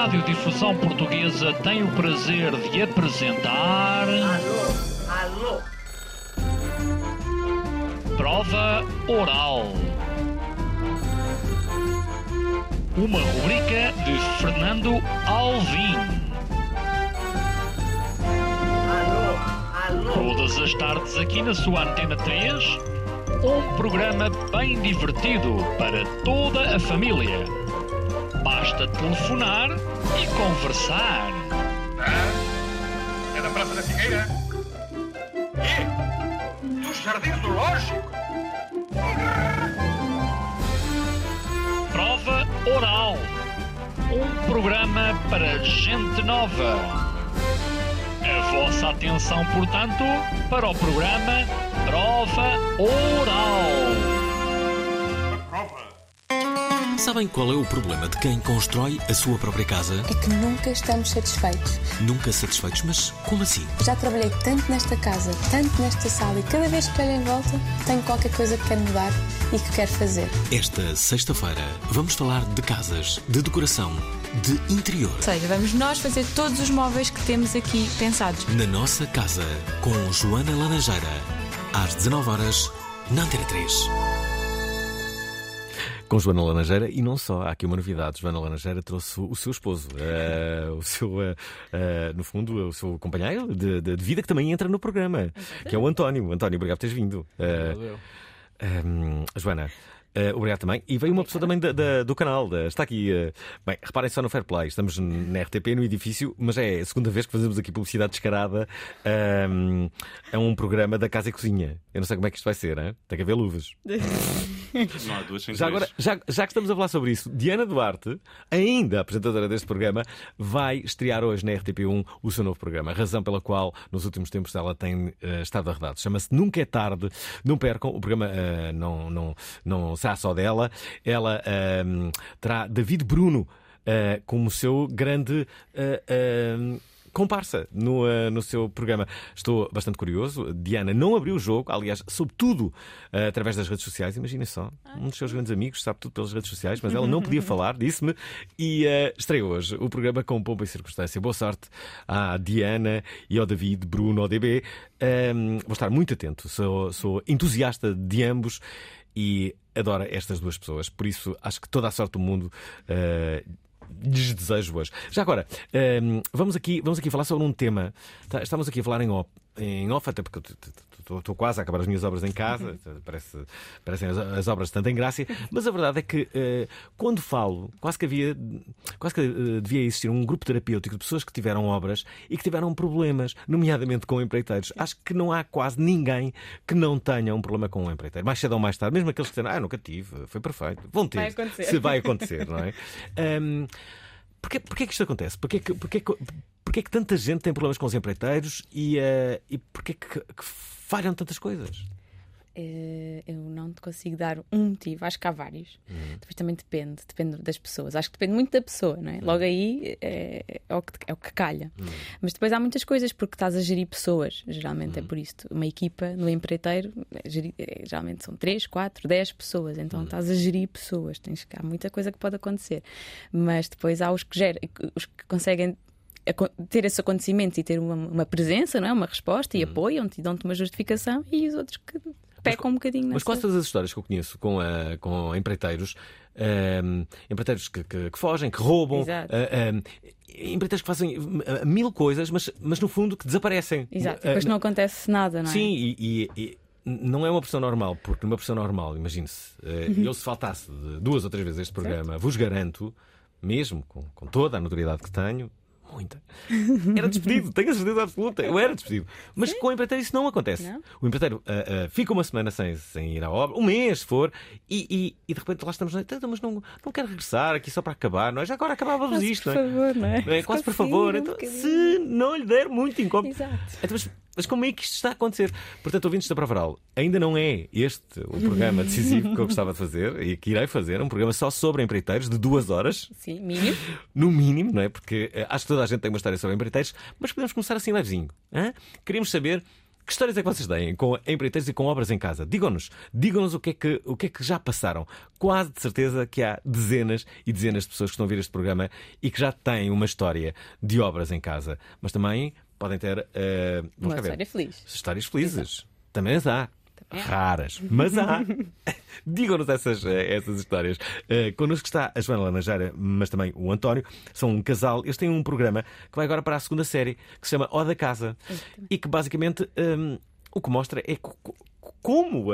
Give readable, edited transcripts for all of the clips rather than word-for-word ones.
Radiodifusão Portuguesa tem o prazer de apresentar... Alô? Prova Oral. Uma rubrica de Fernando Alvim. Alô? Todas as tardes aqui na sua Antena 3, um programa bem divertido para toda a família. Basta telefonar e conversar. É da Praça da Figueira? E dos Jardins Zoológicos? Prova Oral. Um programa para gente nova. A vossa atenção, portanto, para o programa Prova Oral. Prova. Sabem qual é o problema de quem constrói a sua própria casa? É que nunca estamos satisfeitos. Nunca satisfeitos, mas como assim? Já trabalhei tanto nesta casa, tanto nesta sala, e cada vez que olho em volta, tenho qualquer coisa que quero mudar e que quero fazer. Esta sexta-feira vamos falar de casas, de decoração, de interior. Ou seja, vamos nós fazer todos os móveis que temos aqui pensados. Na nossa casa, com Joana Laranjeira, às 19h, na Antena 3. Com Joana Laranjeira, e não só, há aqui uma novidade. Joana Laranjeira trouxe o seu esposo, no fundo, o seu companheiro de vida, que também entra no programa, que é o António. António, obrigado por teres vindo. Joana, obrigado também. E veio uma pessoa também do canal. Está aqui. Bem, reparem só no Fair Play. Estamos na RTP, no edifício, mas é a segunda vez que fazemos aqui publicidade descarada a um programa da Casa e Cozinha. Eu não sei como é que isto vai ser, hein? Tem que haver luvas. Não há duas sem Já três. agora, já que estamos a falar sobre isso, Diana Duarte, ainda apresentadora deste programa, vai estrear hoje na RTP1 o seu novo programa. A razão pela qual nos últimos tempos ela tem estado arredado. Chama-se Nunca é Tarde. Não percam, o programa não será só dela. Ela terá David Bruno como seu grande comparsa no seu programa. Estou bastante curioso. Diana não abriu o jogo, aliás, sobretudo através das redes sociais. Imaginem só, um dos seus grandes amigos sabe tudo pelas redes sociais, mas ela não podia falar, disse-me, e estreia hoje o programa com pompa e circunstância. Boa sorte à Diana e ao David Bruno, ao DB. Vou estar muito atento, sou entusiasta de ambos e adoro estas duas pessoas, por isso acho que toda a sorte do mundo lhes desejo hoje. Já agora, vamos aqui falar sobre um tema. Estamos aqui a falar em off, até porque estou quase a acabar as minhas obras em casa. Parecem as obras de tanta ingrácia. Mas a verdade é que quando falo, quase que devia existir um grupo terapêutico de pessoas que tiveram obras e que tiveram problemas, nomeadamente com empreiteiros. Acho que não há quase ninguém que não tenha um problema com um empreiteiro. Mais cedo ou mais tarde, mesmo aqueles que disseram, nunca tive, foi perfeito. Vão ter. Vai acontecer, não é? Porquê que isto acontece? Porquê que tanta gente tem problemas com os empreiteiros e porquê que falham tantas coisas? Eu não te consigo dar um motivo, acho que há vários. Depois também depende das pessoas. Acho que depende muito da pessoa, não é? Logo aí é o que calha. Mas depois há muitas coisas, porque estás a gerir pessoas. Geralmente é por isto. Uma equipa no empreiteiro geralmente são 3, 4, 10 pessoas. Então estás a gerir pessoas. Há muita coisa que pode acontecer. Mas depois há os que conseguem ter esse acontecimento e ter uma presença, não é? Uma resposta, e apoiam-te e dão-te uma justificação, e os outros que pecam um bocadinho. Mas quase todas as histórias que eu conheço com empreiteiros, empreiteiros que fogem, que roubam, empreiteiros que fazem mil coisas, mas no fundo que desaparecem. Exato, depois não acontece nada, não é? Sim, e não é uma pessoa normal, porque numa pessoa normal, imagine-se, eu se faltasse 2 ou 3 vezes este programa, vos garanto, mesmo com toda a notoriedade que tenho, muita, era despedido, tenho a certeza absoluta, eu era despedido. Mas com o empreiteiro isso não acontece. Não? O empreiteiro fica uma semana sem ir à obra, um mês se for, e de repente lá estamos, mas não quero regressar aqui só para acabar, não é? Já agora acabávamos isto, por favor, não é? Quase por favor. Então, se não lhe der muito incómodo. Exato. Então, mas como é que isto está a acontecer? Portanto, ouvintes da Prova Oral, ainda não é este o programa decisivo que eu gostava de fazer e que irei fazer, um programa só sobre empreiteiros de 2 horas. Sim, mínimo. No mínimo, não é? Porque acho que toda a gente tem uma história sobre empreiteiros, mas podemos começar assim levezinho. Queríamos saber Que histórias é que vocês têm com empreiteiros e com obras em casa? Digam-nos o que é que já passaram. Quase de certeza que há dezenas e dezenas de pessoas que estão a ouvir este programa e que já têm uma história de obras em casa. Mas também podem ter Uma história feliz. Histórias felizes. Também as há. Raras, mas há. Digam-nos essas histórias. Connosco está a Joana Laranjeira, mas também o António. São um casal. Eles têm um programa que vai agora para a segunda série, que se chama O da Casa. E que basicamente o que mostra é como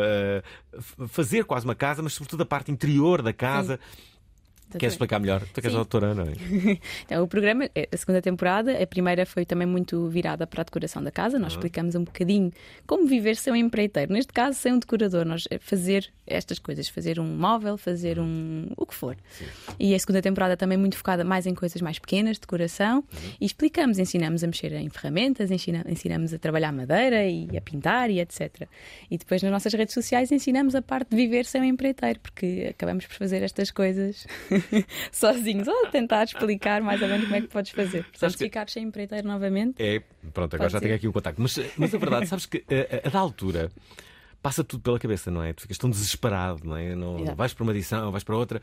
fazer quase uma casa, mas sobretudo a parte interior da casa. Queres explicar melhor? Tu és a autora, não é? Então, o programa, a segunda temporada, a primeira foi também muito virada para a decoração da casa. Nós explicamos um bocadinho como viver sem um empreiteiro. Neste caso, sem um decorador. Nós fazer estas coisas, fazer um móvel, fazer o que for. Sim. E a segunda temporada também muito focada mais em coisas mais pequenas, de decoração. E explicamos, ensinamos a mexer em ferramentas, ensinamos a trabalhar madeira e a pintar e etc. E depois nas nossas redes sociais ensinamos a parte de viver sem um empreiteiro, porque acabamos por fazer estas coisas sozinhos, ou tentar explicar mais ou menos como é que podes fazer. Portanto, ficar sem empreiteiro novamente. Pronto, agora já tenho aqui um contacto. Mas a verdade, sabes que a da altura passa tudo pela cabeça, não é? Tu ficas tão desesperado, não é? Não vais para uma edição, vais para outra.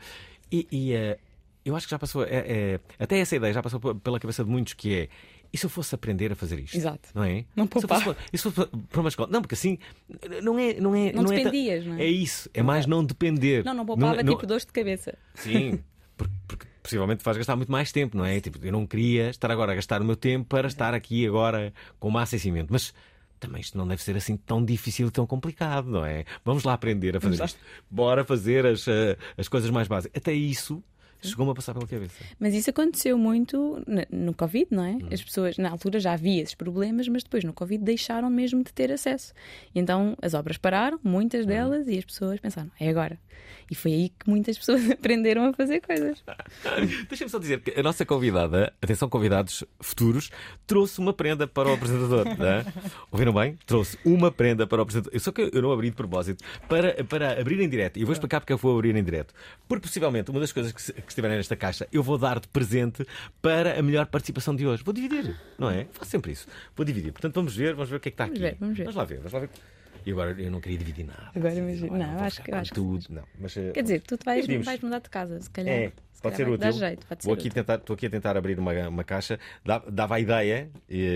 E eu acho que já passou, até essa ideia já passou pela cabeça de muitos, que é: e se eu fosse aprender a fazer isto? Exato. Não é? Não poupar. E se fosse para uma escola? Não, porque assim não dependias, não é? É isso, é mais não depender. Não poupava tipo dores de cabeça. Sim, porque possivelmente faz gastar muito mais tempo, não é? Tipo, eu não queria estar agora a gastar o meu tempo para estar aqui agora com massa e cimento. Mas também isto não deve ser assim tão difícil e tão complicado, não é? Vamos lá aprender a fazer isto. Bora fazer as coisas mais básicas. Até isso chegou-me a passar pela cabeça. Mas isso aconteceu muito no Covid, não é? As pessoas, na altura, já havia esses problemas, mas depois no Covid deixaram mesmo de ter acesso. E então as obras pararam, muitas delas, e as pessoas pensaram: é agora. E foi aí que muitas pessoas aprenderam a fazer coisas. Deixa-me só dizer que a nossa convidada, atenção convidados futuros, trouxe uma prenda para o apresentador. Não é? Ouviram bem? Trouxe uma prenda para o apresentador. Só que eu não abri de propósito para abrir em direto. E eu vou explicar porque eu vou abrir em direto. Porque possivelmente uma das coisas que estiverem nesta caixa eu vou dar de presente para a melhor participação de hoje. Vou dividir, não é? Faço sempre isso. Vou dividir. Portanto, vamos ver o que é que está aqui. Vamos lá ver. E agora eu não queria dividir nada. Agora imagina. Não, acho que tudo. Não, mas, quer dizer, tu vais mudar de casa, se calhar. Pode ser útil. Estou aqui a tentar abrir uma caixa. Dava a ideia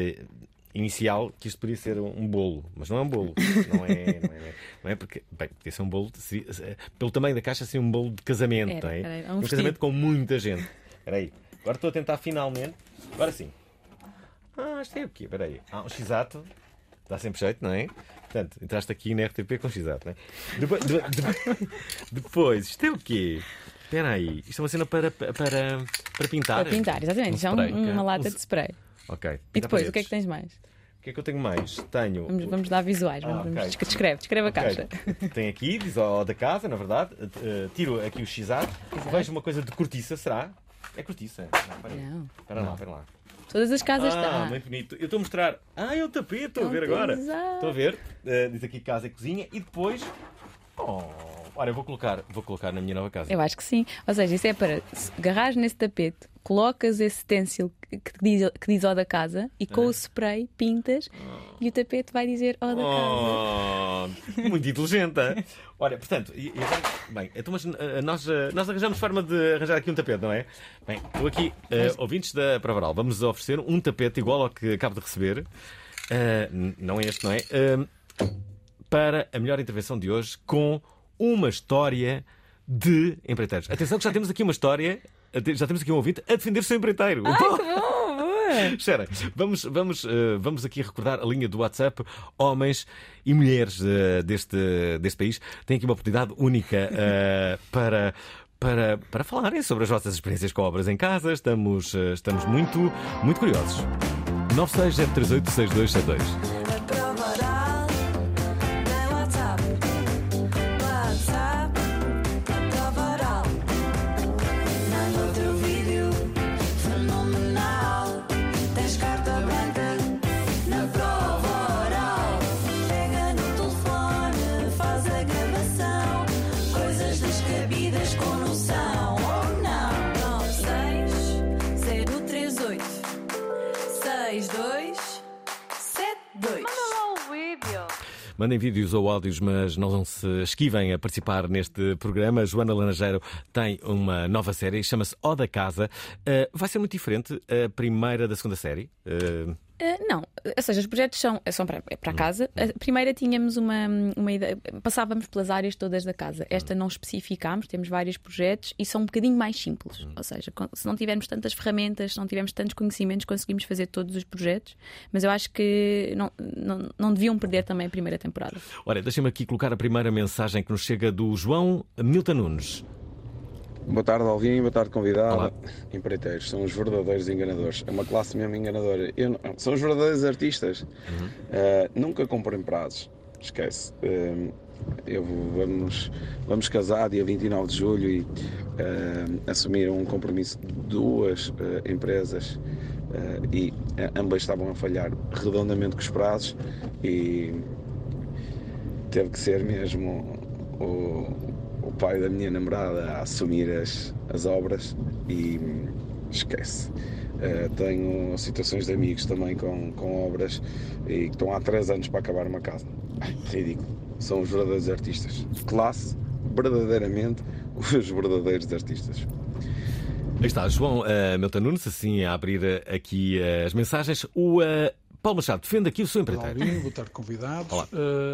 inicial que isto podia ser um bolo, mas não é um bolo. Não é porque, bem, podia ser um bolo, pelo tamanho da caixa, seria um bolo de casamento. Era um casamento com muita gente. Espera aí. Agora estou a tentar finalmente. Agora sim. Isto é o quê? Espera aí. Um x-ato. Dá sempre jeito, não é? Portanto, entraste aqui na RTP com x-ato, não é? Depois, isto é o quê? Espera aí. Isto é uma cena para pintar? Para pintar, exatamente. Isto é uma lata de spray. Ok. E depois, o que é que tens mais? O que é que eu tenho mais? Tenho... Vamos dar visuais. Okay. Descreve a caixa. Tem aqui, diz o da casa, na verdade. Tiro aqui o x-ato. Vejo uma coisa de cortiça, será? É cortiça? Não. Espera lá. Todas as casas estão. Muito bonito. Eu estou a mostrar. É um tapete, estou a ver agora. Estou a ver. Diz aqui casa e cozinha. E depois. Olha, eu vou colocar na minha nova casa. Eu acho que sim. Ou seja, isso é para agarrares nesse tapete, colocas esse stencil que diz O da casa e com o spray pintas e o tapete vai dizer O da casa. Muito inteligente. Olha, portanto, bem, então, mas nós arranjamos forma de arranjar aqui um tapete, não é? Bem, estou aqui, ouvintes da Provaral, vamos oferecer um tapete igual ao que acabo de receber. Não é este, não é? Para a melhor intervenção de hoje com uma história de empreiteiros. Atenção que já temos aqui uma história, já temos aqui um ouvinte a defender o seu empreiteiro. Que bom! Espera, vamos aqui recordar a linha do WhatsApp. Homens e mulheres deste país têm aqui uma oportunidade única para falarem sobre as vossas experiências com obras em casa. Estamos muito, muito curiosos. 960386272. Mandem vídeos ou áudios, mas não se esquivem a participar neste programa. Joana Laranjeiro tem uma nova série, chama-se O da Casa. Vai ser muito diferente a primeira da segunda série? Não, ou seja, os projetos são para a casa. A primeira tínhamos uma ideia, passávamos pelas áreas todas da casa. Esta não especificámos, temos vários projetos e são um bocadinho mais simples. Ou seja, se não tivermos tantas ferramentas, se não tivermos tantos conhecimentos, conseguimos fazer todos os projetos. Mas eu acho que não deviam perder também a primeira temporada. Olha, deixa-me aqui colocar a primeira mensagem que nos chega do João Milton Nunes. Boa tarde, Alvin. Boa tarde, convidado. Olá. Empreiteiros, são os verdadeiros enganadores. É uma classe mesmo enganadora. São os verdadeiros artistas. Nunca comprem prazos. Esquece. Vamos casar dia 29 de julho e assumir um compromisso de duas empresas e ambas estavam a falhar redondamente com os prazos e teve que ser mesmo o pai da minha namorada a assumir as obras e esquece. Tenho situações de amigos também com obras e que estão há 3 anos para acabar uma casa. Ridículo. São os verdadeiros artistas. Classe, verdadeiramente, os verdadeiros artistas. Aí está, João Milton Nunes, assim a abrir aqui as mensagens. O Paulo Machado defende aqui o seu empreiteiro. Olá, boa tarde, convidados. Olá.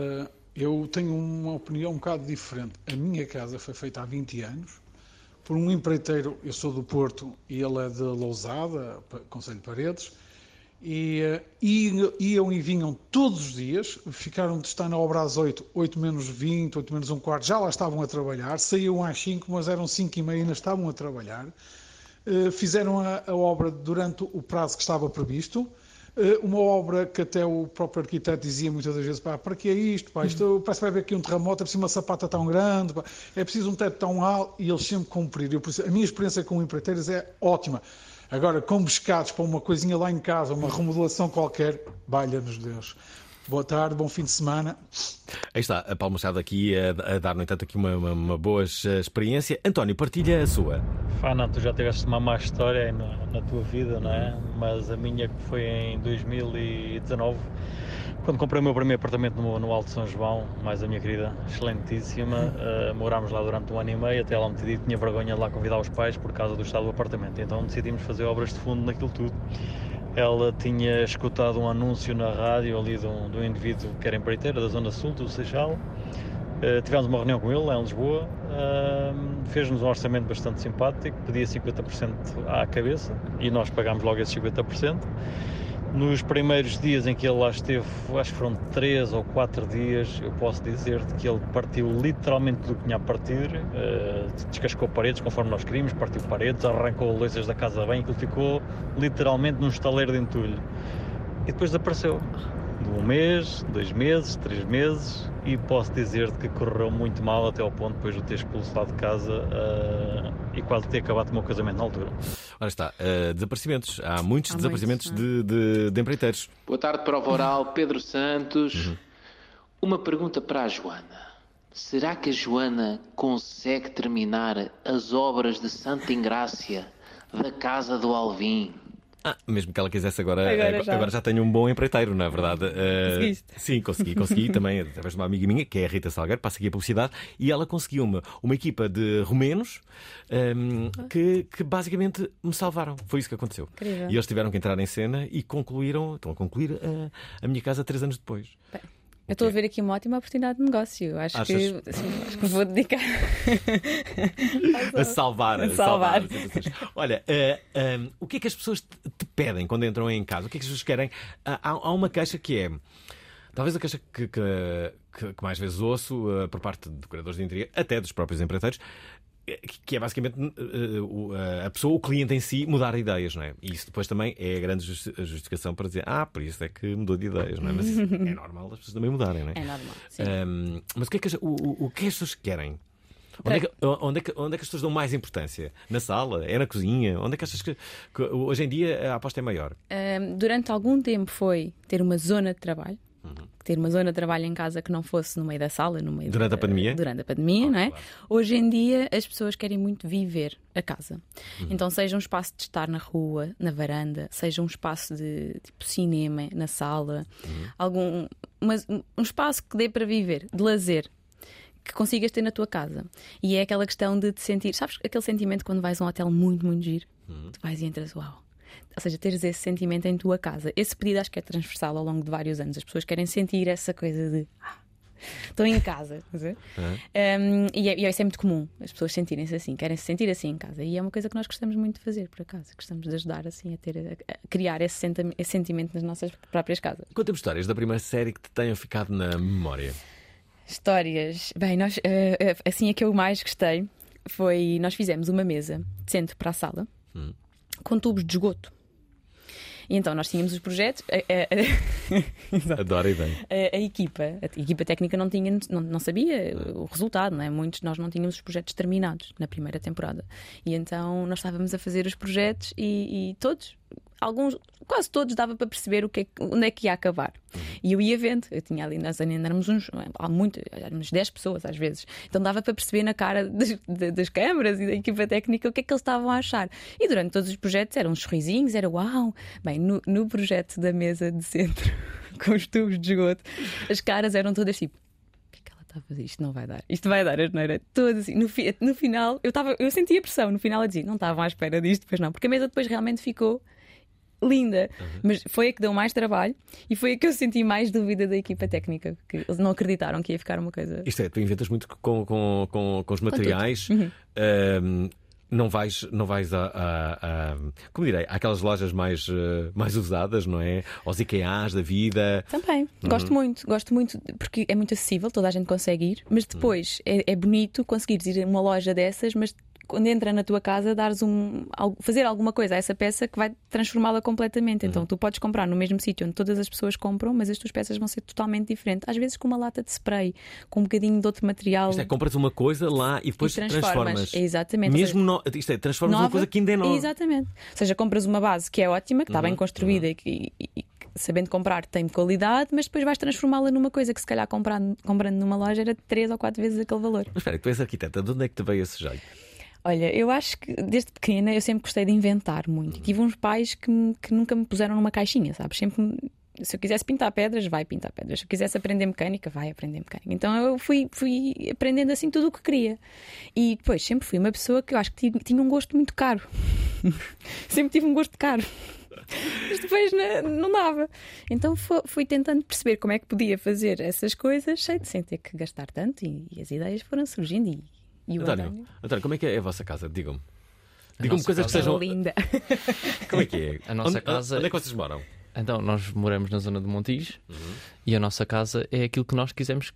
Eu tenho uma opinião um bocado diferente. A minha casa foi feita há 20 anos por um empreiteiro. Eu sou do Porto e ele é de Lousada, Concelho de Paredes. E iam e vinham todos os dias. Ficaram de estar na obra às 8, 8 menos 20, 8 menos um quarto. Já lá estavam a trabalhar. Saíam às 5, mas eram 5 e meia e ainda estavam a trabalhar. Fizeram a obra durante o prazo que estava previsto. Uma obra que até o próprio arquiteto dizia muitas das vezes: para que é isto? Isto parece que vai haver aqui um terremoto, é preciso uma sapata tão grande, é preciso um teto tão alto, e eles sempre cumpriram. A minha experiência com empreiteiros é ótima. Agora, com pescados para uma coisinha lá em casa, uma remodelação qualquer, valha-nos Deus. Boa tarde, bom fim de semana. Aí está, a Paulo Machado aqui a dar, no entanto, aqui uma boa experiência. António, partilha a sua. Não, tu já tiveste uma má história aí na tua vida, não é? Mas a minha que foi em 2019, quando comprei o meu primeiro apartamento no Alto São João, mais a minha querida, excelentíssima, morámos lá durante 1 ano e meio, até ela me decidiu que tinha vergonha de lá convidar os pais por causa do estado do apartamento, então decidimos fazer obras de fundo naquilo tudo. Ela tinha escutado um anúncio na rádio ali de um indivíduo que era empreiteiro da Zona Sul, do Seixal. Tivemos uma reunião com ele lá em Lisboa, fez-nos um orçamento bastante simpático, pedia 50% à cabeça e nós pagámos logo esses 50%. Nos primeiros dias em que ele lá esteve, acho que foram 3 ou 4 dias, eu posso dizer-te que ele partiu literalmente tudo o que tinha a partir, descascou paredes conforme nós queríamos, partiu paredes, arrancou louças da casa bem, aquilo ficou literalmente num estaleiro de entulho. E depois desapareceu. De 1 mês, 2 meses, 3 meses, e posso dizer-te que correu muito mal até ao ponto depois de o ter expulsado de casa e quase ter acabado o meu casamento na altura. Ora está, desaparecimentos. Há muitos desaparecimentos de empreiteiros. Boa tarde, Prova Oral, Pedro Santos. Uma pergunta para a Joana. Será que a Joana consegue terminar as obras de Santa Ingrácia da Casa do Alvim? Mesmo que ela quisesse agora já tenho um bom empreiteiro, não é verdade? Sim, consegui também, através de uma amiga minha, que é a Rita Salgueiro, passa aqui a publicidade, e ela conseguiu uma equipa de romenos que basicamente me salvaram. Foi isso que aconteceu. Incrível. E eles tiveram que entrar em cena e estão a concluir a minha casa 3 anos depois. Bem, eu estou a ver aqui uma ótima oportunidade de negócio. Acho que me vou dedicar a salvar. Olha, o que é que as pessoas te pedem quando entram em casa? O que é que as pessoas querem? Há uma queixa que é, talvez a queixa que mais vezes ouço por parte de decoradores de interior, até dos próprios empreiteiros, que é basicamente a pessoa, o cliente em si, mudar ideias, não é? E isso depois também é a grande justificação para dizer por isso é que mudou de ideias, não é? Mas isso é normal as pessoas também mudarem, não é? É normal, sim. Mas o que é que as pessoas querem? Onde é que as pessoas dão mais importância? Na sala? É na cozinha? Onde é que achas que hoje em dia a aposta é maior? Durante algum tempo foi ter uma zona de trabalho. ter uma zona de trabalho em casa que não fosse no meio da sala, no meio Durante a pandemia? Durante a pandemia, não é? Claro. Hoje em dia as pessoas querem muito viver a casa. Então seja um espaço de estar na rua, na varanda, seja um espaço de tipo cinema, na sala, um espaço que dê para viver, de lazer, que consigas ter na tua casa. E é aquela questão de te sentir, sabes aquele sentimento quando vais a um hotel muito, muito giro? Tu vais e entras, uau. Ou seja, teres esse sentimento em tua casa. Esse pedido acho que é transversal ao longo de vários anos. As pessoas querem sentir essa coisa de estou em casa. E isso é muito comum. As pessoas sentirem-se assim, querem se sentir assim em casa. E é uma coisa que nós gostamos muito de fazer, por acaso. Gostamos de ajudar assim a criar esse sentimento nas nossas próprias casas. Conta-me histórias da primeira série que te tenham ficado na memória. Histórias. Bem, nós, assim a que eu mais gostei foi nós fizemos uma mesa de centro para a sala com tubos de esgoto. E então nós tínhamos os projetos. Adoro a ideia. A equipa técnica não sabia o resultado, não é? Muitos nós não tínhamos os projetos terminados na primeira temporada. E então nós estávamos a fazer os projetos e todos, quase todos, dava para perceber onde é que ia acabar. E eu ia vendo, eu tinha ali, nós ainda éramos éramos 10 pessoas às vezes, então dava para perceber na cara das câmaras e da equipa técnica o que é que eles estavam a achar. E durante todos os projetos eram uns sorrisinhos, era uau. Bem, no projeto da mesa de centro com os tubos de esgoto, as caras eram todas tipo: o que é que ela está a fazer? Isto não vai dar, isto vai dar, não era? Todas assim. No final, eu sentia pressão no final a dizer: não estavam à espera disto, pois não, porque a mesa depois realmente ficou linda, mas foi a que deu mais trabalho e foi a que eu senti mais dúvida da equipa técnica, que eles não acreditaram que ia ficar uma coisa. Isto é, tu inventas muito com os materiais. Não vais como direi, àquelas lojas mais usadas, não é? Aos IKEAs da vida. Também, gosto muito, porque é muito acessível, toda a gente consegue ir, mas depois é bonito conseguires ir a uma loja dessas, mas quando entra na tua casa, fazer alguma coisa a essa peça que vai transformá-la completamente. Então tu podes comprar no mesmo sítio onde todas as pessoas compram, mas as tuas peças vão ser totalmente diferentes. Às vezes com uma lata de spray, com um bocadinho de outro material. Isto é, compras uma coisa lá e depois transformas. Exatamente. Mesmo transformas uma coisa que ainda é nova. Exatamente. Ou seja, compras uma base que é ótima, que está bem construída e sabendo comprar tem qualidade, mas depois vais transformá-la numa coisa que se calhar comprando numa loja era 3 ou 4 vezes aquele valor. Mas espera, tu és arquiteta, de onde é que te veio esse jeito? Olha, eu acho que desde pequena eu sempre gostei de inventar muito. Tive uns pais que nunca me puseram numa caixinha, sabes? Sempre, se eu quisesse pintar pedras, vai pintar pedras. Se eu quisesse aprender mecânica, vai aprender mecânica. Então eu fui aprendendo assim tudo o que queria. E depois sempre fui uma pessoa que eu acho que tinha um gosto muito caro. Sempre tive um gosto caro. Mas depois não dava. Então fui tentando perceber como é que podia fazer essas coisas sem ter que gastar tanto. E as ideias foram surgindo. António, como é que é a vossa casa? Digam-me coisas que sejam. Linda. Como é que é? A nossa casa. Onde é que vocês moram? Então, nós moramos na zona de Montijo e a nossa casa é aquilo que nós quisemos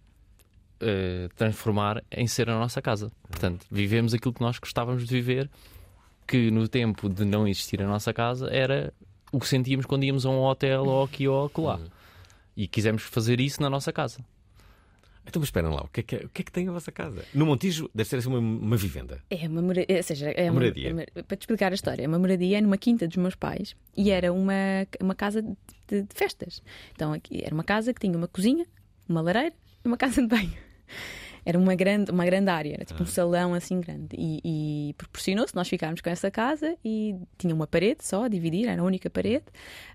transformar em ser a nossa casa. Portanto, vivemos aquilo que nós gostávamos de viver, que no tempo de não existir a nossa casa era o que sentíamos quando íamos a um hotel ou aqui ou acolá. E quisemos fazer isso na nossa casa. Então, mas esperem lá, o que é que tem a vossa casa? No Montijo deve ser assim uma vivenda. É uma moradia. Ou seja, é uma moradia. Para te explicar a história, é uma moradia numa quinta dos meus pais e era uma casa de festas. Então aqui era uma casa que tinha uma cozinha, uma lareira e uma casa de banho. Era uma grande área, era tipo um salão assim grande. E proporcionou-se nós ficarmos com essa casa e tinha uma parede só a dividir, era a única parede.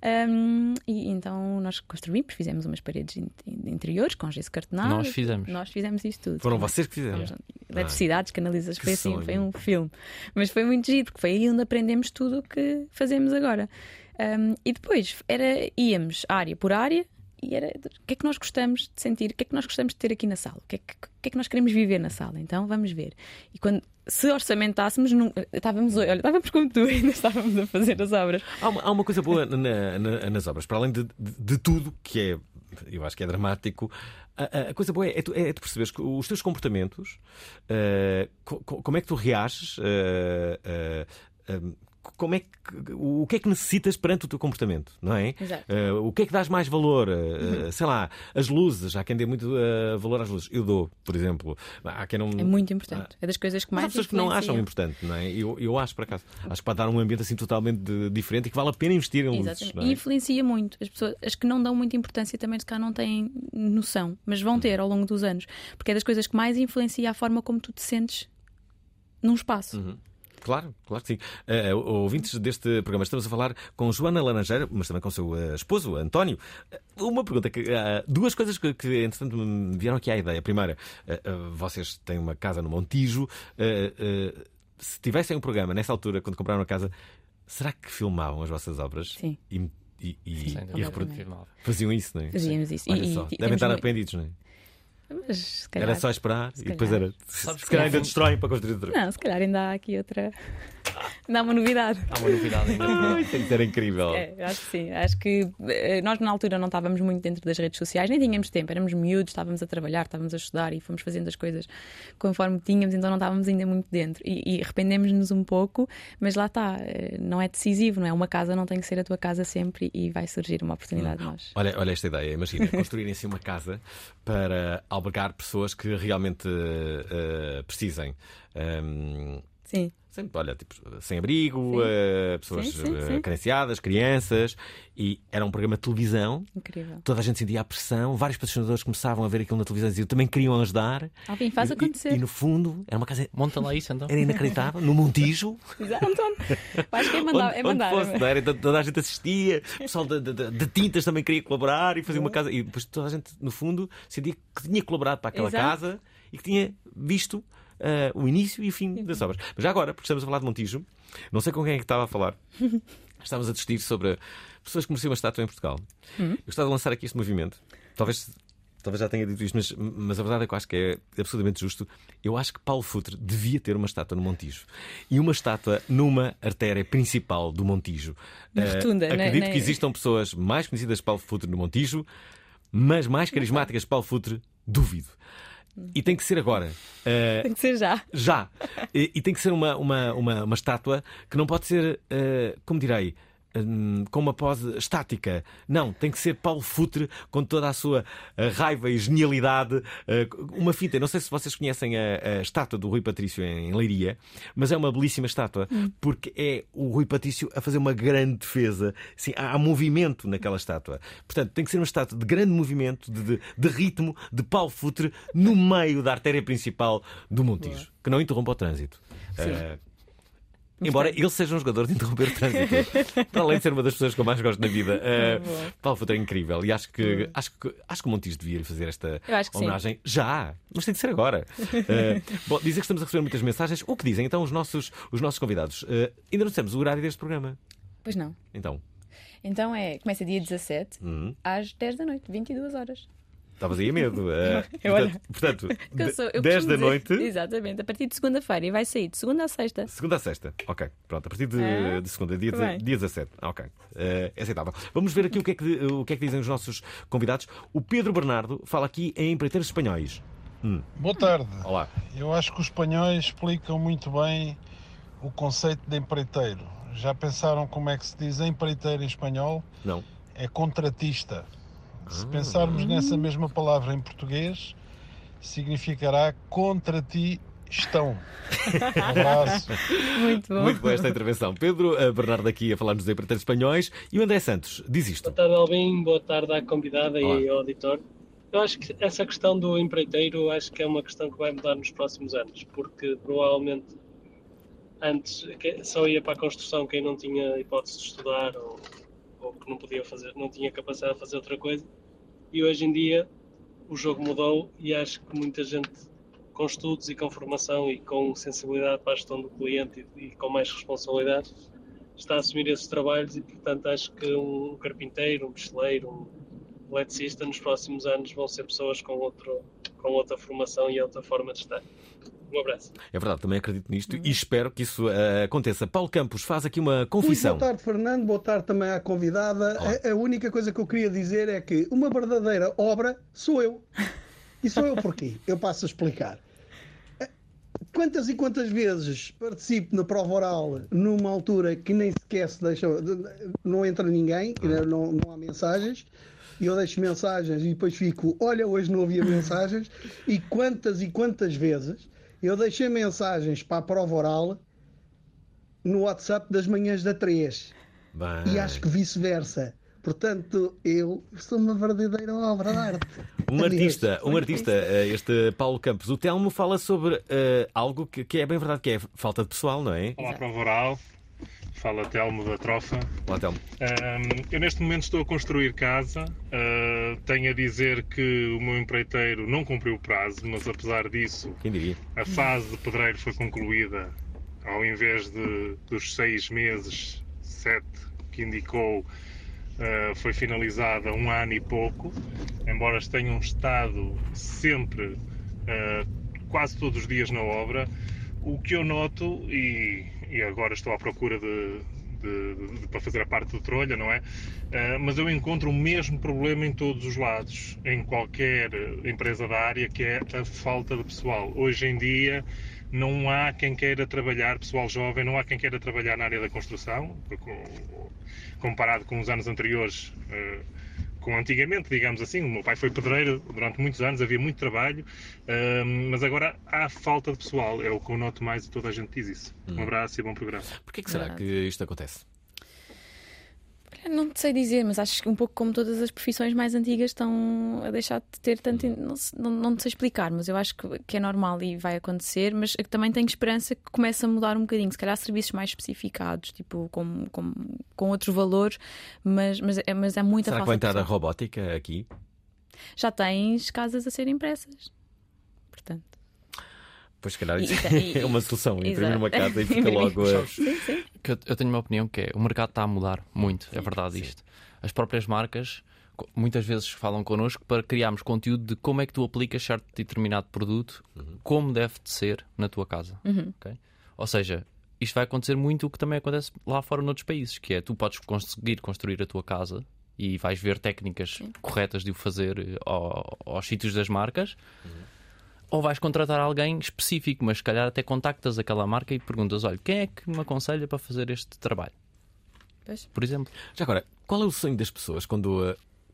E então nós construímos, fizemos umas paredes interiores com gesso cartonado. Nós fizemos isto tudo. Foram vocês que fizeram? Eletricidades, canalizações, foi assim, foi um filme. Mas foi muito giro, porque foi aí onde aprendemos tudo o que fazemos agora. E depois íamos área por área. E era o que é que nós gostamos de sentir, o que é que nós gostamos de ter aqui na sala, o que é que nós queremos viver na sala. Então vamos ver. E se orçamentássemos, estávamos como tu, ainda estávamos a fazer as obras. Há uma coisa boa nas obras, para além de tudo que é, eu acho que é dramático. A coisa boa é tu perceberes que os teus comportamentos, como é que tu reages como é que, o que é que necessitas perante o teu comportamento, não é? Exato. O que é que dás mais valor? Sei lá, as luzes. Há quem dê muito valor às luzes. Eu dou, por exemplo. Há quem não... É muito importante. É das coisas que Mas mais há pessoas que não influenciam. acham importante, não é? Eu acho, por acaso. Acho que pode dar um ambiente assim totalmente diferente e que vale a pena investir em luzes. Exatamente. Não é? E influencia muito. As pessoas, as que não dão muita importância também, se cá não têm noção, mas vão ter ao longo dos anos. Porque é das coisas que mais influencia a forma como tu te sentes num espaço. Claro, claro que sim. Ouvintes deste programa, estamos a falar com Joana Laranjeira, mas também com o seu esposo, António. Uma pergunta, duas coisas que entretanto me vieram aqui à ideia. Primeira, vocês têm uma casa no Montijo. Se tivessem um programa nessa altura, quando compraram a casa, será que filmavam as vossas obras? Sim. E completamente. faziam isso, não é? Fazíamos isso. Olha só, devem estar arrependidos, não é? Mas, se calhar, era só esperar e depois calhar. era. Se calhar ainda destroem para construir outra. Não, se calhar ainda há aqui outra. Ainda há uma novidade. Há uma novidade ainda. Tem que ser incrível. Acho que sim. Acho que nós na altura não estávamos muito dentro das redes sociais, nem tínhamos tempo, éramos miúdos, estávamos a trabalhar, estávamos a estudar e fomos fazendo as coisas conforme tínhamos, então não estávamos ainda muito dentro. E arrependemos-nos um pouco, mas lá está, não é decisivo, não é? Uma casa não tem que ser a tua casa sempre e vai surgir uma oportunidade de nós. Olha esta ideia, imagina, construírem assim uma casa para albergar pessoas que realmente precisem. Sim. Olha, tipo, sem abrigo, pessoas sim. carenciadas, crianças, e era um programa de televisão. Incrível. Toda a gente sentia a pressão, vários patrocinadores começavam a ver aquilo na televisão e diziam, também queriam ajudar. Alguém faz acontecer. E no fundo, era uma casa. Monta lá isso então. Era inacreditável, no Montijo. Exato. Acho que é mandar. Onde fosse, não era? Toda a gente assistia, o pessoal de tintas também queria colaborar e fazer uma casa. E depois toda a gente, no fundo, sentia que tinha colaborado para aquela casa e que tinha visto o início e o fim das obras. Mas já agora, porque estamos a falar de Montijo, não sei com quem é que estava a falar. Estávamos a discutir sobre pessoas que mereciam uma estátua em Portugal. Eu estava a lançar aqui este movimento. Talvez já tenha dito isto, mas a verdade é que eu acho que é absolutamente justo. Eu acho que Paulo Futre devia ter uma estátua no Montijo. E uma estátua numa artéria principal do Montijo. Na rotunda, acredito que existam pessoas mais conhecidas de Paulo Futre no Montijo, mas mais carismáticas de Paulo Futre, duvido. E tem que ser agora. Tem que ser já. Já. E tem que ser uma estátua que não pode ser, como direi, com uma pose estática. Não, tem que ser Paulo Futre com toda a sua raiva e genialidade. Uma fita. Não sei se vocês conhecem a estátua do Rui Patrício em Leiria, mas é uma belíssima estátua porque é o Rui Patrício a fazer uma grande defesa. Assim, há movimento naquela estátua. Portanto, tem que ser uma estátua de grande movimento, de ritmo, de Paulo Futre no meio da artéria principal do Montijo. Que não interrompa o trânsito. Embora ele seja um jogador de interromper o trânsito, para além de ser uma das pessoas que eu mais gosto na vida, Paulo Futre é incrível e acho que o Montijo devia lhe fazer esta homenagem já, mas tem de ser agora. Bom, dizem que estamos a receber muitas mensagens. O que dizem então os nossos convidados? Ainda não temos o horário deste programa. Pois não. Então começa dia 17 às 10 da noite, 22 horas. Estavas aí a medo. Portanto, eu 10 da noite. Exatamente, a partir de segunda-feira e vai sair de segunda a sexta. Segunda a sexta, ok. Pronto, a partir de segunda, dia 17. Ok, é aceitável. Vamos ver aqui o que é que dizem os nossos convidados. O Pedro Bernardo fala aqui em empreiteiros espanhóis. Boa tarde. Olá. Eu acho que os espanhóis explicam muito bem o conceito de empreiteiro. Já pensaram como é que se diz empreiteiro em espanhol? Não. É contratista. Se pensarmos nessa mesma palavra em português, significará contra ti estão. Um abraço. Muito bom. Muito boa esta intervenção. Pedro Bernardo aqui a falar-nos de empreiteiros espanhóis e o André Santos diz isto. Boa tarde, Albin. Boa tarde à convidada e ao auditor. Eu acho que essa questão do empreiteiro acho que é uma questão que vai mudar nos próximos anos, porque provavelmente antes só ia para a construção quem não tinha hipótese de estudar ou que não podia fazer, não tinha capacidade de fazer outra coisa, e hoje em dia o jogo mudou e acho que muita gente com estudos e com formação e com sensibilidade para a gestão do cliente e com mais responsabilidade está a assumir esses trabalhos e portanto acho que um carpinteiro, um picheleiro, um eletricista nos próximos anos vão ser pessoas com outra formação e outra forma de estar. Um abraço. É verdade, também acredito nisto e espero que isso aconteça. Paulo Campos faz aqui uma confissão. Muito boa tarde, Fernando. Boa tarde também à convidada. A única coisa que eu queria dizer é que uma verdadeira obra sou eu. E sou eu porquê? Eu passo a explicar. quantas e quantas vezes participo na prova oral numa altura que nem sequer se deixa, não entra ninguém, não há mensagens, e eu deixo mensagens e depois fico, olha, hoje não havia mensagens, e quantas vezes eu deixei mensagens para a prova oral no WhatsApp das manhãs da 3. Bem. E acho que vice-versa. Portanto, eu sou uma verdadeira obra de arte. Um artista, este Paulo Campos. O Telmo fala sobre algo que é bem verdade, que é falta de pessoal, não é? Olá, prova oral. Fala Telmo da Trofa. Olá, Telmo. Eu neste momento estou a construir casa. Tenho a dizer que o meu empreiteiro não cumpriu o prazo, mas apesar disso, quem diria? A fase de pedreiro foi concluída ao invés dos 6 meses, 7 que indicou. Foi finalizada há 1 ano e pouco, embora tenham estado sempre, quase todos os dias na obra. O que eu noto, e agora estou à procura para fazer a parte do trolha, não é? Mas eu encontro o mesmo problema em todos os lados, em qualquer empresa da área, que é a falta de pessoal. Hoje em dia não há quem queira trabalhar, pessoal jovem, não há quem queira trabalhar na área da construção, comparado com os anos anteriores, com antigamente, digamos assim. O meu pai foi pedreiro durante muitos anos, havia muito trabalho, mas agora há falta de pessoal, é o que eu noto mais e toda a gente diz isso. Um abraço e bom programa. Porquê que será que isto acontece? Não te sei dizer, mas acho que um pouco como todas as profissões mais antigas estão a deixar de ter tanto. Não te sei explicar, mas eu acho que é normal e vai acontecer. Mas também tenho esperança que comece a mudar um bocadinho. Se calhar serviços mais especificados, tipo com outro valor, mas é muita falta. Será que vai entrar a robótica aqui? Já tens casas a serem impressas, portanto. Pois, se calhar, é uma solução. Imprimir numa casa e fica logo a... Sim. Eu tenho uma opinião que é: o mercado está a mudar muito, é verdade isto. As próprias marcas muitas vezes falam connosco para criarmos conteúdo de como é que tu aplicas certo determinado produto, como deve de ser na tua casa. Okay? Ou seja, isto vai acontecer muito o que também acontece lá fora noutros países, que é, tu podes conseguir construir a tua casa e vais ver técnicas corretas de o fazer aos sítios das marcas. Ou vais contratar alguém específico, mas se calhar até contactas aquela marca e perguntas: olha, quem é que me aconselha para fazer este trabalho? Por exemplo. Já agora, qual é o sonho das pessoas quando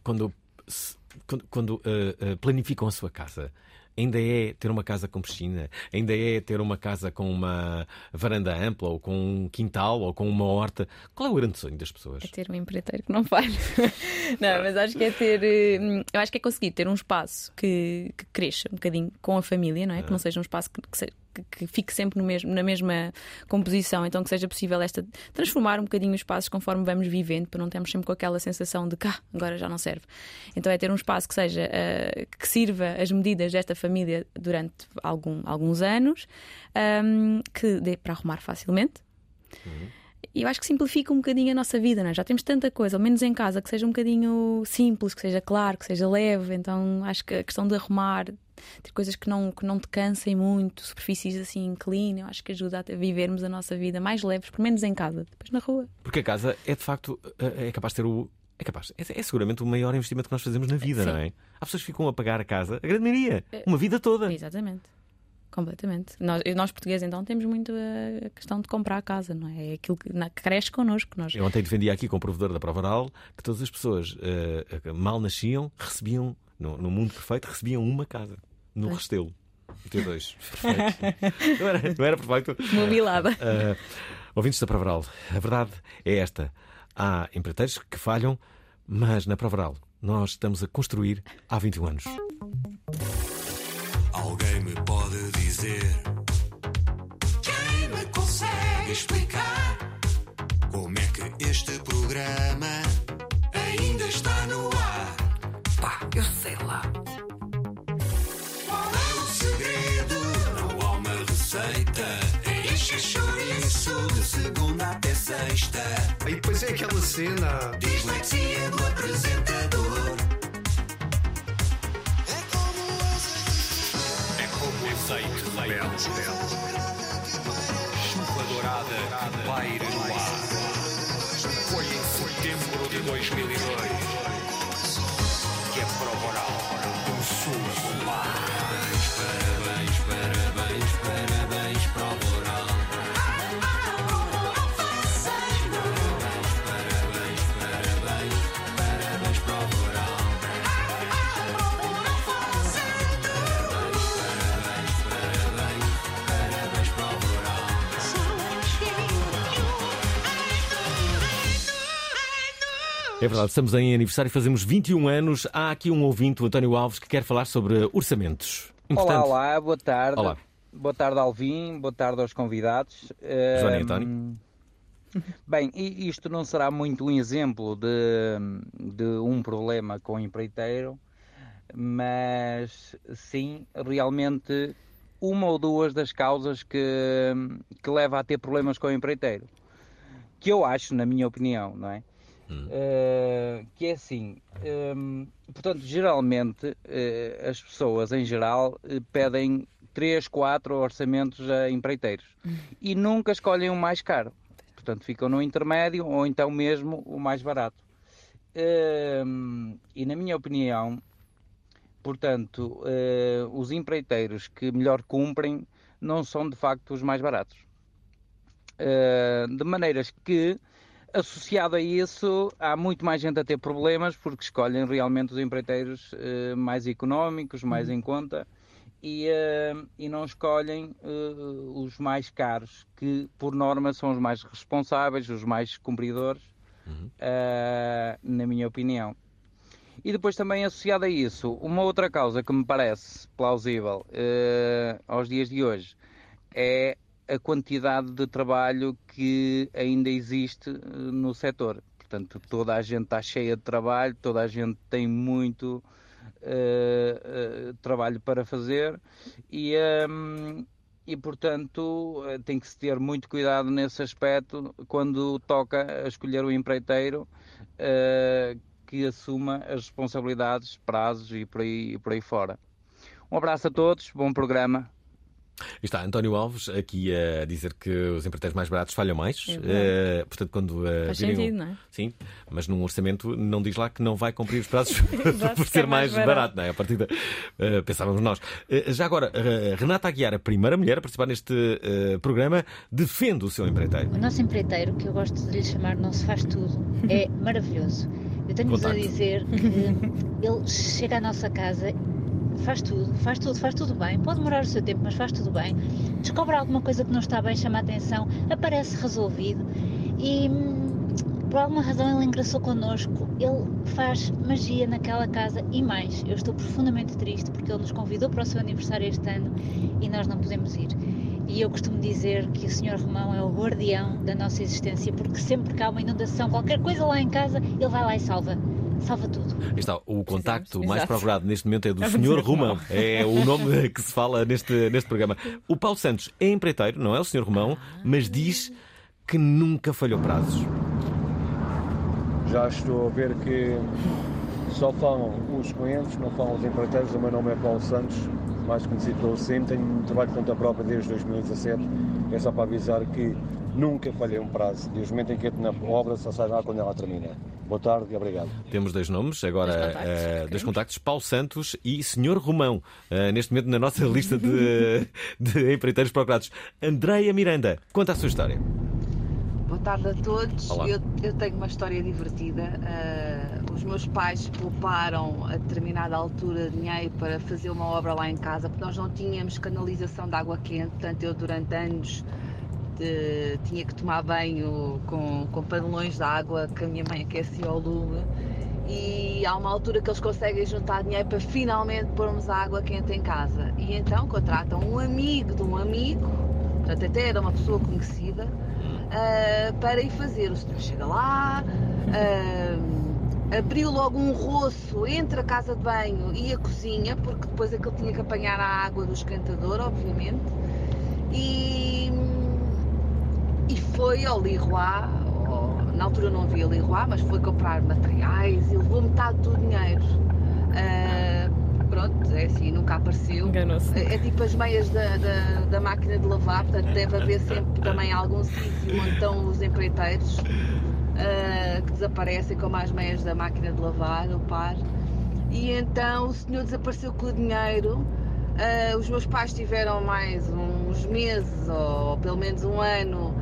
planificam a sua casa? Ainda é ter uma casa com piscina? Ainda é ter uma casa com uma varanda ampla, ou com um quintal, ou com uma horta? Qual é o grande sonho das pessoas? É ter um empreiteiro que não falha. Não, mas acho que é ter... Eu acho que é conseguir ter um espaço que cresça um bocadinho com a família, não é? Que não seja um espaço que fique sempre na mesma composição, então que seja possível transformar um bocadinho os espaços conforme vamos vivendo, para não termos sempre com aquela sensação de agora já não serve. Então é ter um espaço que seja que sirva as medidas desta família durante alguns anos, que dê para arrumar facilmente. E eu acho que simplifica um bocadinho a nossa vida, não é? Já temos tanta coisa, ao menos em casa, que seja um bocadinho simples, que seja claro, que seja leve. Então acho que a questão de arrumar, ter coisas que não te cansem muito, superfícies assim inclinam, eu acho que ajuda a vivermos a nossa vida mais leves, pelo menos em casa, depois na rua. Porque a casa é de facto, é capaz de ter é seguramente o maior investimento que nós fazemos na vida, não é? Há pessoas que ficam a pagar a casa, a grande maioria, uma vida toda. Exatamente. Completamente. Nós portugueses então temos muito a questão de comprar a casa, não é? É aquilo que cresce connosco. Eu ontem defendia aqui com o provedor da prova oral que todas as pessoas mal nasciam, recebiam, no mundo perfeito, recebiam uma casa no Restelo. T2. Perfeito. Não era perfeito? Mobilada. Ouvintes da prova oral, a verdade é esta: há empreiteiros que falham, mas na prova oral nós estamos a construir há 21 anos. Alguém me pode dizer? Quem me consegue explicar como é que este programa ainda está no ar? Eu sei lá. Qual é o segredo? Não há uma receita. Enche chouriço de segunda até sexta. E depois é aquela cena. Dislexia do apresentador. Azeite rebelde, chuva dourada que paira no ar. Foi em setembro de 2002 que a prova oral começou a bombar. Parabéns, parabéns, parabéns, parabéns. É verdade, estamos em aniversário e fazemos 21 anos. Há aqui um ouvinte, o António Alves, que quer falar sobre orçamentos. Olá, boa tarde. Olá. Boa tarde, Alvin. Boa tarde aos convidados. Joana e António. Bem, isto não será muito um exemplo de um problema com o empreiteiro, mas sim, realmente, uma ou duas das causas que leva a ter problemas com o empreiteiro. Que eu acho, na minha opinião, não é? Que é assim, portanto, geralmente as pessoas em geral pedem 3, 4 orçamentos a empreiteiros e nunca escolhem o mais caro, portanto ficam no intermédio ou então mesmo o mais barato. E na minha opinião, portanto, os empreiteiros que melhor cumprem não são de facto os mais baratos, de maneiras que, associado a isso, há muito mais gente a ter problemas porque escolhem realmente os empreiteiros mais económicos, mais em conta e não escolhem os mais caros, que por norma são os mais responsáveis, os mais cumpridores, na minha opinião. E depois também associado a isso, uma outra causa que me parece plausível aos dias de hoje é a quantidade de trabalho que ainda existe no setor. Portanto, toda a gente está cheia de trabalho, toda a gente tem muito trabalho para fazer e, portanto, tem que se ter muito cuidado nesse aspecto quando toca a escolher o empreiteiro que assuma as responsabilidades, prazos e por aí fora. Um abraço a todos, bom programa. Está António Alves aqui a dizer que os empreiteiros mais baratos falham mais. Portanto, quando faz sentido, não é? Sim, mas num orçamento não diz lá que não vai cumprir os prazos por ser mais barato, não é? A partir da pensávamos nós. Já agora, Renata Aguiar, a primeira mulher a participar neste programa, defende o seu empreiteiro. O nosso empreiteiro, que eu gosto de lhe chamar Não Se Faz Tudo, é maravilhoso. Eu tenho-vos a dizer que ele chega à nossa casa, faz tudo bem, pode demorar o seu tempo, mas faz tudo bem, descobre alguma coisa que não está bem, chama a atenção, aparece resolvido e por alguma razão ele engraçou connosco, ele faz magia naquela casa e mais, eu estou profundamente triste porque ele nos convidou para o seu aniversário este ano e nós não podemos ir. E eu costumo dizer que o Sr. Romão é o guardião da nossa existência, porque sempre que há uma inundação, qualquer coisa lá em casa, ele vai lá e salva tudo. Está, o contacto mais procurado neste momento é do Sr. Romão. É o nome que se fala neste programa. O Paulo Santos é empreiteiro, não é o Sr. Romão, mas diz que nunca falhou prazos. Já estou a ver que só falam os clientes, não falam os empreiteiros. O meu nome é Paulo Santos, mais conhecido pelo SIM. Tenho trabalho de conta própria desde 2017. É só para avisar que nunca falhei um prazo. Desde o momento em que entro na obra, só sai lá quando ela termina. Boa tarde e obrigado. Temos dois nomes, agora dois contactos, Paulo Santos e Sr. Romão, neste momento na nossa lista de empreiteiros procurados. Andreia Miranda, conta a sua história. Boa tarde a todos. Olá. Eu tenho uma história divertida. Os meus pais pouparam a determinada altura dinheiro para fazer uma obra lá em casa, porque nós não tínhamos canalização de água quente, portanto eu durante anos tinha que tomar banho com panelões de água que a minha mãe aquecia ao lume, e há uma altura que eles conseguem juntar dinheiro para finalmente pormos a água quente em casa, e então contratam um amigo de um amigo, portanto até era uma pessoa conhecida, para ir fazer. O senhor chega lá, abriu logo um roço entre a casa de banho e a cozinha, porque depois aquilo tinha que apanhar a água do esquentador, obviamente, e foi ao Leroy, na altura não havia Leroy, mas foi comprar materiais e levou metade do dinheiro. Pronto, é assim, nunca apareceu. É tipo as meias da máquina de lavar, portanto deve haver sempre também algum sítio onde estão os empreiteiros que desaparecem como as meias da máquina de lavar, o par. E então o senhor desapareceu com o dinheiro. Os meus pais tiveram mais uns meses, ou pelo menos um ano,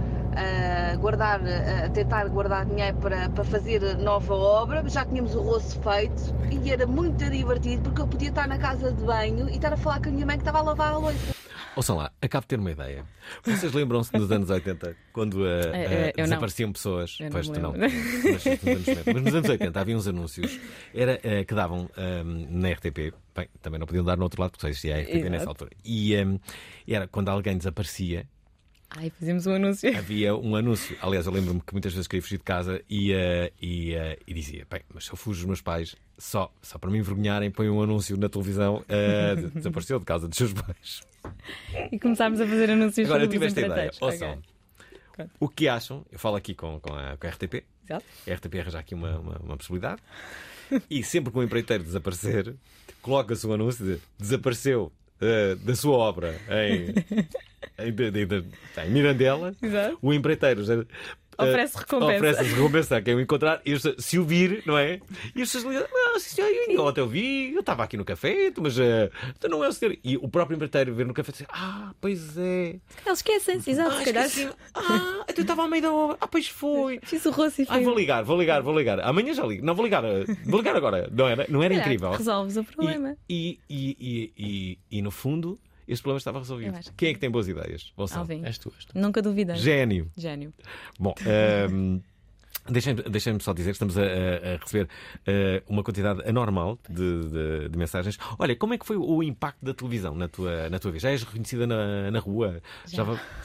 a tentar guardar dinheiro para fazer nova obra. Já tínhamos o roço feito e era muito divertido porque eu podia estar na casa de banho e estar a falar com a minha mãe que estava a lavar a louça. Ouçam lá, acabo de ter uma ideia. Vocês lembram-se nos anos 80, quando desapareciam pessoas? Eu Pois não tu não. me Mas nos anos 80 havia uns anúncios que davam na RTP. Bem, também não podiam dar no outro lado, porque só existia a RTP Exato. nessa altura. E era quando alguém desaparecia. Fazíamos um anúncio. Havia um anúncio. Aliás, eu lembro-me que muitas vezes queria fugir de casa e dizia: bem, mas se eu fujo dos meus pais, só para me envergonharem, põe um anúncio na televisão, desapareceu de casa dos seus pais. E começámos a fazer anúncios. Agora eu sobre tive os esta ideia. empreiteiros. Ouçam, Ok. o que acham? Eu falo aqui com a RTP. Exato. A RTP arranja aqui uma possibilidade. E sempre que um empreiteiro desaparecer, coloca-se um anúncio de desapareceu da sua obra em Mirandela. Exato. O empreiteiro Oferece recompensa. Oferece recompensa a quem o encontrar, se o vir, não é? E as pessoas ligam: eu ontem eu vi, eu estava aqui no café, mas tu não é o senhor. E o próprio empreiteiro ver no café e dizer: pois é. Eles esquecem-se, exato. Se calhar. Eu estava ao meio da obra. Pois foi. Fiz o rosto e foi. Vou ligar. Amanhã já ligo. Não, vou ligar agora. Não era incrível? Resolves o problema. E no fundo, este problema estava resolvido. Quem é que tem boas ideias? Alvin. És tu. Nunca duvidei. Gênio. Bom, deixem-me só dizer que estamos a receber uma quantidade anormal de mensagens. Olha, como é que foi o impacto da televisão na tua vida? Já és reconhecida na rua? Já.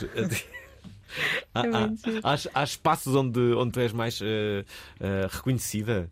Há espaços onde tu és mais reconhecida?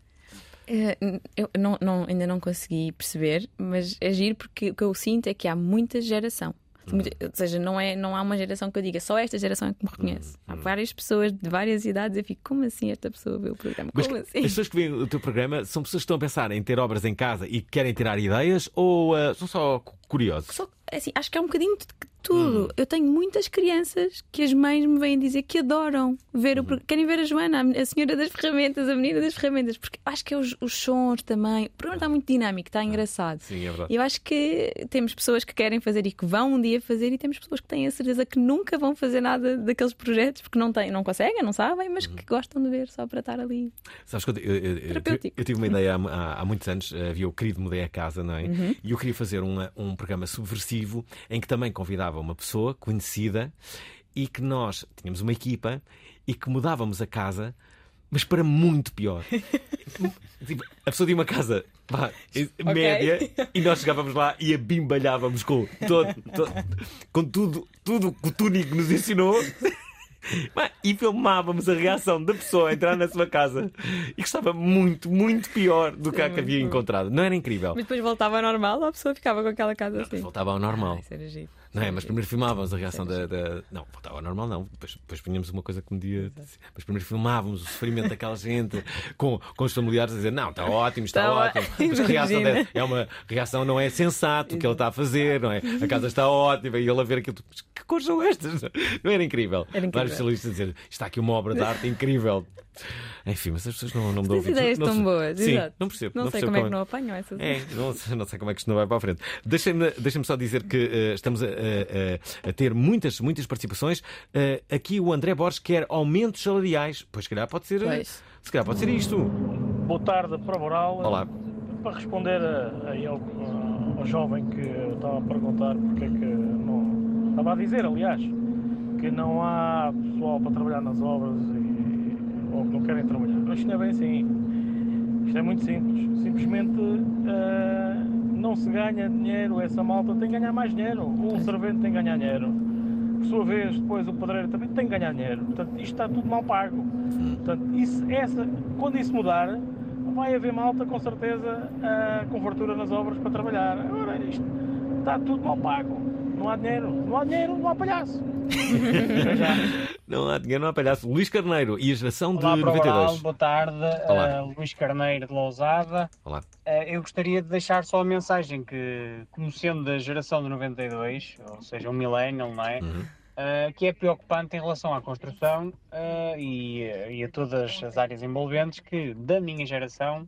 Eu ainda não consegui perceber, mas é giro porque o que eu sinto é que há muita geração. Ou seja, não há uma geração que eu diga só esta geração é que me reconhece. Há várias pessoas de várias idades e eu fico: como assim esta pessoa vê o programa? Como assim? As pessoas que veem o teu programa são pessoas que estão a pensar em ter obras em casa e querem tirar ideias ou são só curiosos? Assim, acho que é um bocadinho de tudo. Eu tenho muitas crianças que as mães me vêm dizer que adoram ver querem ver a Joana, a senhora das ferramentas, a menina das ferramentas, porque acho que é os sons também. O programa está muito dinâmico, está engraçado. Sim, é verdade. E eu acho que temos pessoas que querem fazer e que vão um dia fazer, e temos pessoas que têm a certeza que nunca vão fazer nada daqueles projetos porque não conseguem, não sabem, mas que gostam de ver só para estar ali. Sabes que eu tive uma ideia há muitos anos. Havia o Querido Mudei a Casa, não é? E eu queria fazer um programa subversivo em que também convidava uma pessoa conhecida e que nós tínhamos uma equipa e que mudávamos a casa, mas para muito pior. A pessoa tinha uma casa média e nós chegávamos lá e abimbalhávamos com tudo que o Túnico nos ensinou. E filmávamos a reação da pessoa a entrar na sua casa e que estava muito, muito pior do que a que havia encontrado. Não era incrível? Mas depois voltava ao normal ou a pessoa ficava com aquela casa assim? Voltava ao normal. Isso era giro. Não é? Mas primeiro filmávamos a reação Não, voltava ao normal, não. Depois punhamos uma coisa que me dia. Mas primeiro filmávamos o sofrimento daquela gente com os familiares a dizer: não, está ótimo, está ótimo. Mas a reação é uma reação, não é sensato o que ele está a fazer, não é? A casa está ótima e ele a ver aquilo. Que cores são estas? Não era incrível? Vários especialistas a dizer: está aqui uma obra de arte incrível. Enfim, mas as pessoas não me dão ouvidos. As ideias tão boas. Sim, exato. não percebo. Não sei como é que não apanham essas. Não sei como é que isto não vai para a frente. Deixem-me só dizer que estamos a ter muitas participações. Aqui o André Borges quer aumentos salariais. Pois, se calhar pode ser isto. Boa tarde, Prova Oral. Olá. Para responder aí ao jovem que estava a perguntar porque é que não... Estava a dizer, aliás, que não há pessoal para trabalhar nas obras ou que não querem trabalhar. Mas isto não é bem assim. Isto é muito simples. Simplesmente não se ganha dinheiro. Essa malta tem que ganhar mais dinheiro. O servente tem que ganhar dinheiro. Por sua vez, depois o pedreiro também tem que ganhar dinheiro. Portanto, isto está tudo mal pago. Portanto, quando isso mudar, vai haver malta com certeza com fartura nas obras para trabalhar. Agora isto está tudo mal pago. Não há dinheiro, não há palhaço. Não há dinheiro, não há palhaço. Luís Carneiro e a geração Olá, de 92. Oral, boa tarde. Olá. Luís Carneiro de Lousada. Olá. Eu gostaria de deixar só a mensagem que, como sendo da geração de 92, ou seja, um millennial, não é? Que é preocupante em relação à construção e a todas as áreas envolventes, que da minha geração,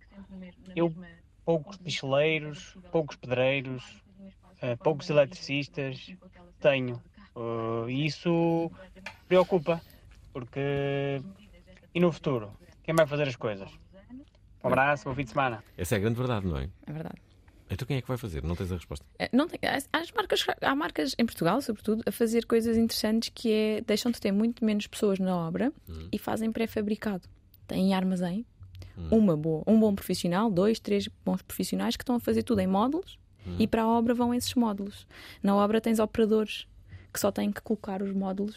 poucos picheleiros, poucos pedreiros, poucos eletricistas tenho. E isso preocupa, porque e no futuro? Quem vai fazer as coisas? Um abraço, bom fim de semana. Essa é a grande verdade, não é? É verdade. Então quem é que vai fazer? Não tens a resposta? Não tem, há marcas em Portugal, sobretudo, a fazer coisas interessantes que é deixam de ter muito menos pessoas na obra e fazem pré-fabricado. Têm armazém, um bom profissional, 2, 3 bons profissionais que estão a fazer tudo em módulos e para a obra vão esses módulos. Na obra tens operadores que só têm que colocar os módulos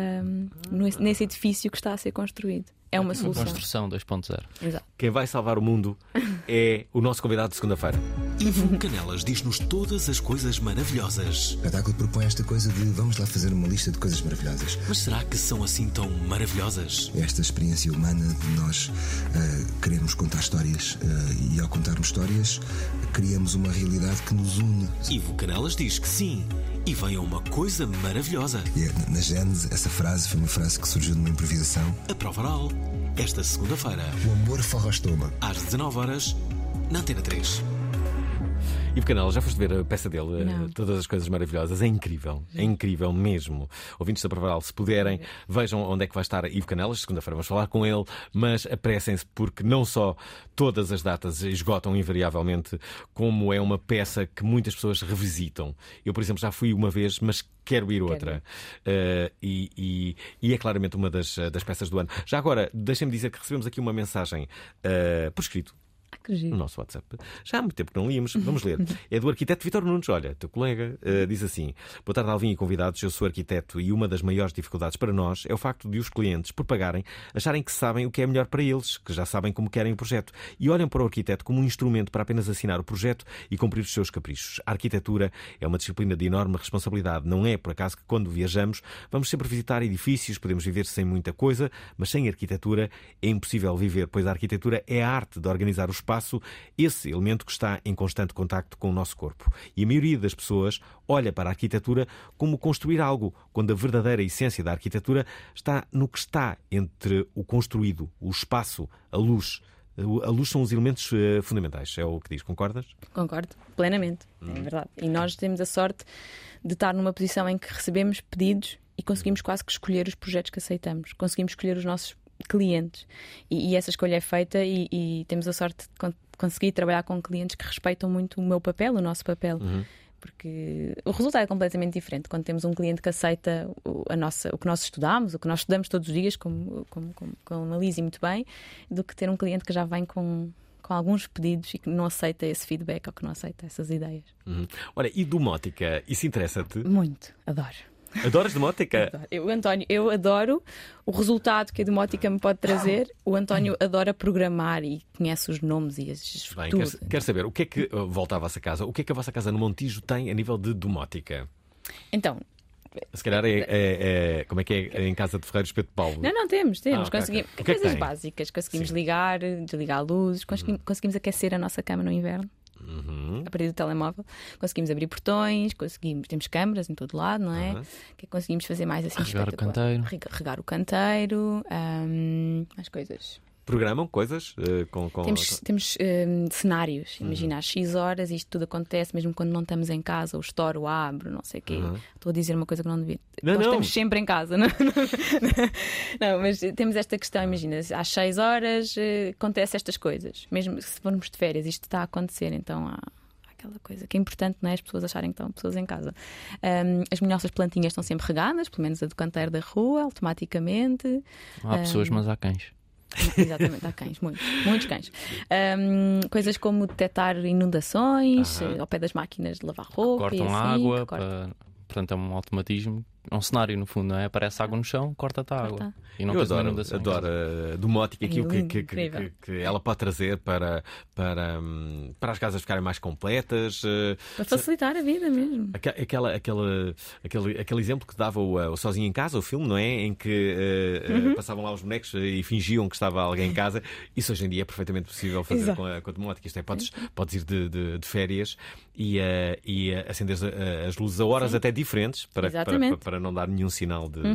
nesse edifício que está a ser construído. É uma solução. Construção 2.0. Exato. Quem vai salvar o mundo é o nosso convidado de segunda-feira. Ivo Canelas diz-nos todas as coisas maravilhosas. O espetáculo propõe esta coisa de vamos lá fazer uma lista de coisas maravilhosas. Mas será que são assim tão maravilhosas? Esta experiência humana de nós querermos contar histórias e ao contarmos histórias criamos uma realidade que nos une. Ivo Canelas diz que sim. E vem a uma coisa maravilhosa. E na Gênese, essa frase foi uma frase que surgiu numa improvisação. A prova oral, esta segunda-feira. O amor forra o estômago. Às 19h, na Antena 3. Ivo Canelas, já foste ver a peça dele, Todas as Coisas Maravilhosas? É incrível mesmo. Ouvintes da Prova Oral, se puderem, vejam onde é que vai estar Ivo Canelas. Segunda-feira vamos falar com ele, mas apressem-se porque não só todas as datas esgotam invariavelmente, como é uma peça que muitas pessoas revisitam. Eu, por exemplo, já fui uma vez, mas quero ir outra. E é claramente uma das peças do ano. Já agora, deixem-me dizer que recebemos aqui uma mensagem por escrito no nosso WhatsApp. Já há muito tempo que não líamos. Vamos ler. É do arquiteto Vítor Nunes. Olha, teu colega diz assim: boa tarde, Alvin e convidados. Eu sou arquiteto e uma das maiores dificuldades para nós é o facto de os clientes, por pagarem, acharem que sabem o que é melhor para eles, que já sabem como querem o projeto e olham para o arquiteto como um instrumento para apenas assinar o projeto e cumprir os seus caprichos. A arquitetura é uma disciplina de enorme responsabilidade. Não é por acaso que quando viajamos vamos sempre visitar edifícios, podemos viver sem muita coisa, mas sem arquitetura é impossível viver, pois a arquitetura é a arte de organizar o espaço, esse elemento que está em constante contacto com o nosso corpo. E a maioria das pessoas olha para a arquitetura como construir algo, quando a verdadeira essência da arquitetura está no que está entre o construído, o espaço, a luz. A luz são os elementos fundamentais, é o que diz, concordas? Concordo, plenamente, é verdade. E nós temos a sorte de estar numa posição em que recebemos pedidos e conseguimos quase que escolher os projetos que aceitamos, conseguimos escolher os nossos clientes e essa escolha é feita e temos a sorte de conseguir trabalhar com clientes que respeitam muito o meu papel, o nosso papel, porque o resultado é completamente diferente quando temos um cliente que aceita o que nós estudamos, o que nós estudamos todos os dias, como analise muito bem, do que ter um cliente que já vem com alguns pedidos e que não aceita esse feedback ou que não aceita essas ideias. Olha, e domótica, isso interessa-te? Muito, adoro. Adoras domótica? António, eu adoro o resultado que a domótica me pode trazer. O António adora programar e conhece os nomes e as estruturas. Quero saber, o que é que, volta à vossa casa, o que é que a vossa casa no Montijo tem a nível de domótica? Então, se calhar como é que é em casa de Ferreiros Pedro Paulo? Não, temos. Okay. Coisas básicas. Conseguimos ligar, desligar luzes, conseguimos aquecer a nossa cama no inverno. A partir do telemóvel conseguimos abrir portões, temos câmaras em todo lado, não é? Que conseguimos fazer mais assim? Regar o canteiro, mais coisas. Programam coisas? Temos cenários. Imagina, às X horas isto tudo acontece, mesmo quando não estamos em casa, o store o abre, não sei o quê. Estou a dizer uma coisa que não devia. Nós estamos sempre em casa. Não, mas temos esta questão, imagina, às 6 horas acontece estas coisas. Mesmo se formos de férias, isto está a acontecer, então há aquela coisa que é importante, não é? As pessoas acharem que estão pessoas em casa. As nossas plantinhas estão sempre regadas, pelo menos a do canteiro da rua, automaticamente. Não há pessoas, mas há cães. Exatamente, há cães, muitos cães. Coisas como detectar inundações ao pé das máquinas de lavar roupa. Cortam água, portanto é um automatismo. É um cenário, no fundo, não é? Aparece água no chão, corta-te a água. E não eu adoro a domótica, aquilo que ela pode trazer para as casas ficarem mais completas. Para facilitar a vida mesmo. Aquele exemplo que dava o Sozinho em Casa, o filme, não é? Em que passavam lá os bonecos e fingiam que estava alguém em casa. Isso hoje em dia é perfeitamente possível fazer com a domótica. Isto é, podes ir de férias e acender as luzes a horas até diferentes para não dar nenhum sinal de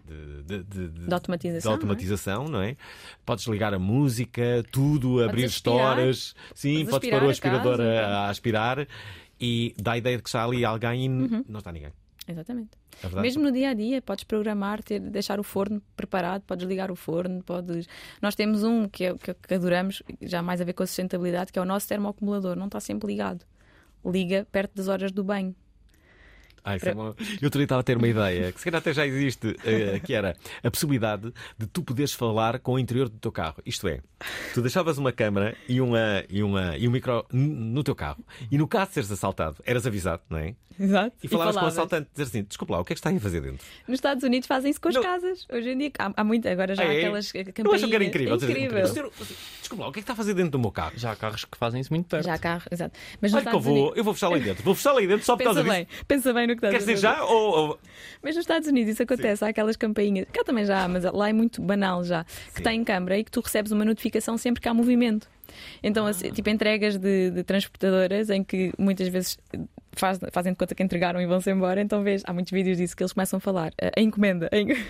automatização, não é? Podes ligar a música, tudo, abrir stores, sim, podes pôr o aspirador a aspirar e dá a ideia de que está ali alguém e não está ninguém. Exatamente. Mesmo no dia a dia, podes programar, deixar o forno preparado, podes ligar o forno, Nós temos um que adoramos, já mais a ver com a sustentabilidade, que é o nosso termoacumulador, não está sempre ligado. liga perto das horas do banho. Isso é bom. Eu também estava a ter uma ideia, que se calhar até já existe, que era a possibilidade de tu poderes falar com o interior do teu carro. Isto é, tu deixavas uma câmara e um micro no teu carro, e no caso de seres assaltado, eras avisado, não é? Exato. E falavas com o assaltante, dizer assim: desculpa lá, o que é que está aí a fazer dentro? Nos Estados Unidos fazem isso com as casas. Hoje em dia há muito, agora já há aquelas campainhas. Não acham que era incrível? Incrível. Desculpa lá, o que é que está a fazer dentro do meu carro? Já há carros que fazem isso muito perto. Já há carro, exato. Mas olha que eu vou fechar lá dentro. Vou fechar lá dentro só por causa disso. Pensa bem no que estás a Queres dizer. dizer já? Mas nos Estados Unidos isso acontece, há aquelas campainhas, cá também já há, mas lá é muito banal já, que têm câmara e que tu recebes uma notificação sempre que há movimento. Então, assim, tipo entregas de transportadoras em que muitas vezes fazem de conta que entregaram e vão-se embora. Então há muitos vídeos disso que eles começam a falar a encomenda,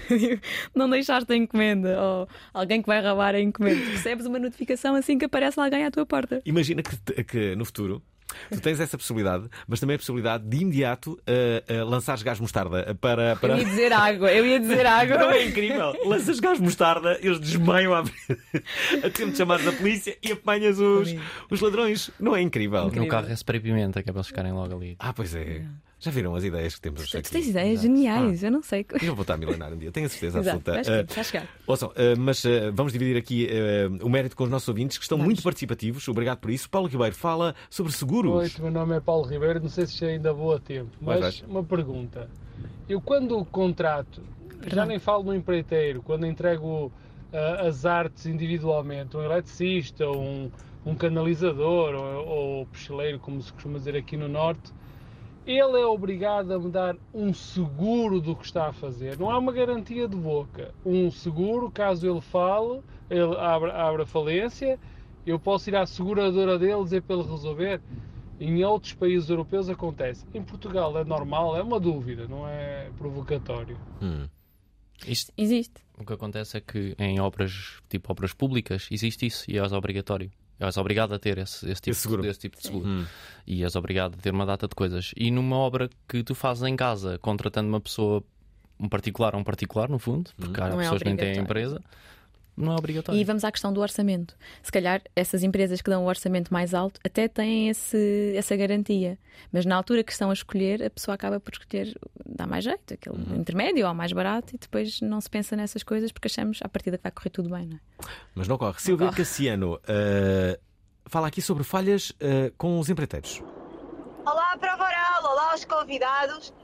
não deixaste a encomenda, ou alguém que vai roubar a encomenda. Recebes uma notificação assim que aparece alguém à tua porta. Imagina que no futuro tu tens essa possibilidade, mas também a possibilidade de imediato lançares gás mostarda para... Eu ia dizer água. Não é incrível? Lanças gás mostarda, eles desmaiam a tempo de chamares a polícia e apanhas os ladrões. Não é incrível? No carro é spray pimenta, que é para eles ficarem logo ali. Pois é. Já viram as ideias que temos aqui? Tu tens ideias geniais, eu não sei. Eu vou estar milenar um dia, tenho a certeza absoluta. Vai chegar. Ouçam, mas vamos dividir aqui o mérito com os nossos ouvintes, que estão muito participativos. Obrigado por isso. Paulo Ribeiro fala sobre seguros. Oi, meu nome é Paulo Ribeiro, não sei se ainda vou a tempo, mas uma pergunta. Eu quando contrato, já nem falo no empreiteiro, quando entrego as artes individualmente, um eletricista, um canalizador ou picheleiro, como se costuma dizer aqui no Norte, ele é obrigado a me dar um seguro do que está a fazer. Não há uma garantia de boca. Um seguro, caso ele fale, ele abra falência, eu posso ir à seguradora dele dizer para ele resolver. Em outros países europeus acontece. Em Portugal é normal, é uma dúvida, não é provocatório. Isto existe. O que acontece é que em obras, tipo obras públicas, existe isso e é obrigatório. És obrigado a ter esse tipo de seguro. E és obrigado a ter uma data de coisas. E numa obra que tu fazes em casa, contratando uma pessoa, um particular, no fundo, porque há pessoas que nem têm a empresa, não é obrigatório. E vamos à questão do orçamento. Se calhar essas empresas que dão o orçamento mais alto até têm essa garantia. Mas na altura que estão a escolher, a pessoa acaba por escolher, dá mais jeito, aquele intermédio ou mais barato, e depois não se pensa nessas coisas porque achamos à partida que vai correr tudo bem, não é? Mas não corre. Silvia Cassiano fala aqui sobre falhas com os empreiteiros. Olá, Prova Oral, olá aos convidados.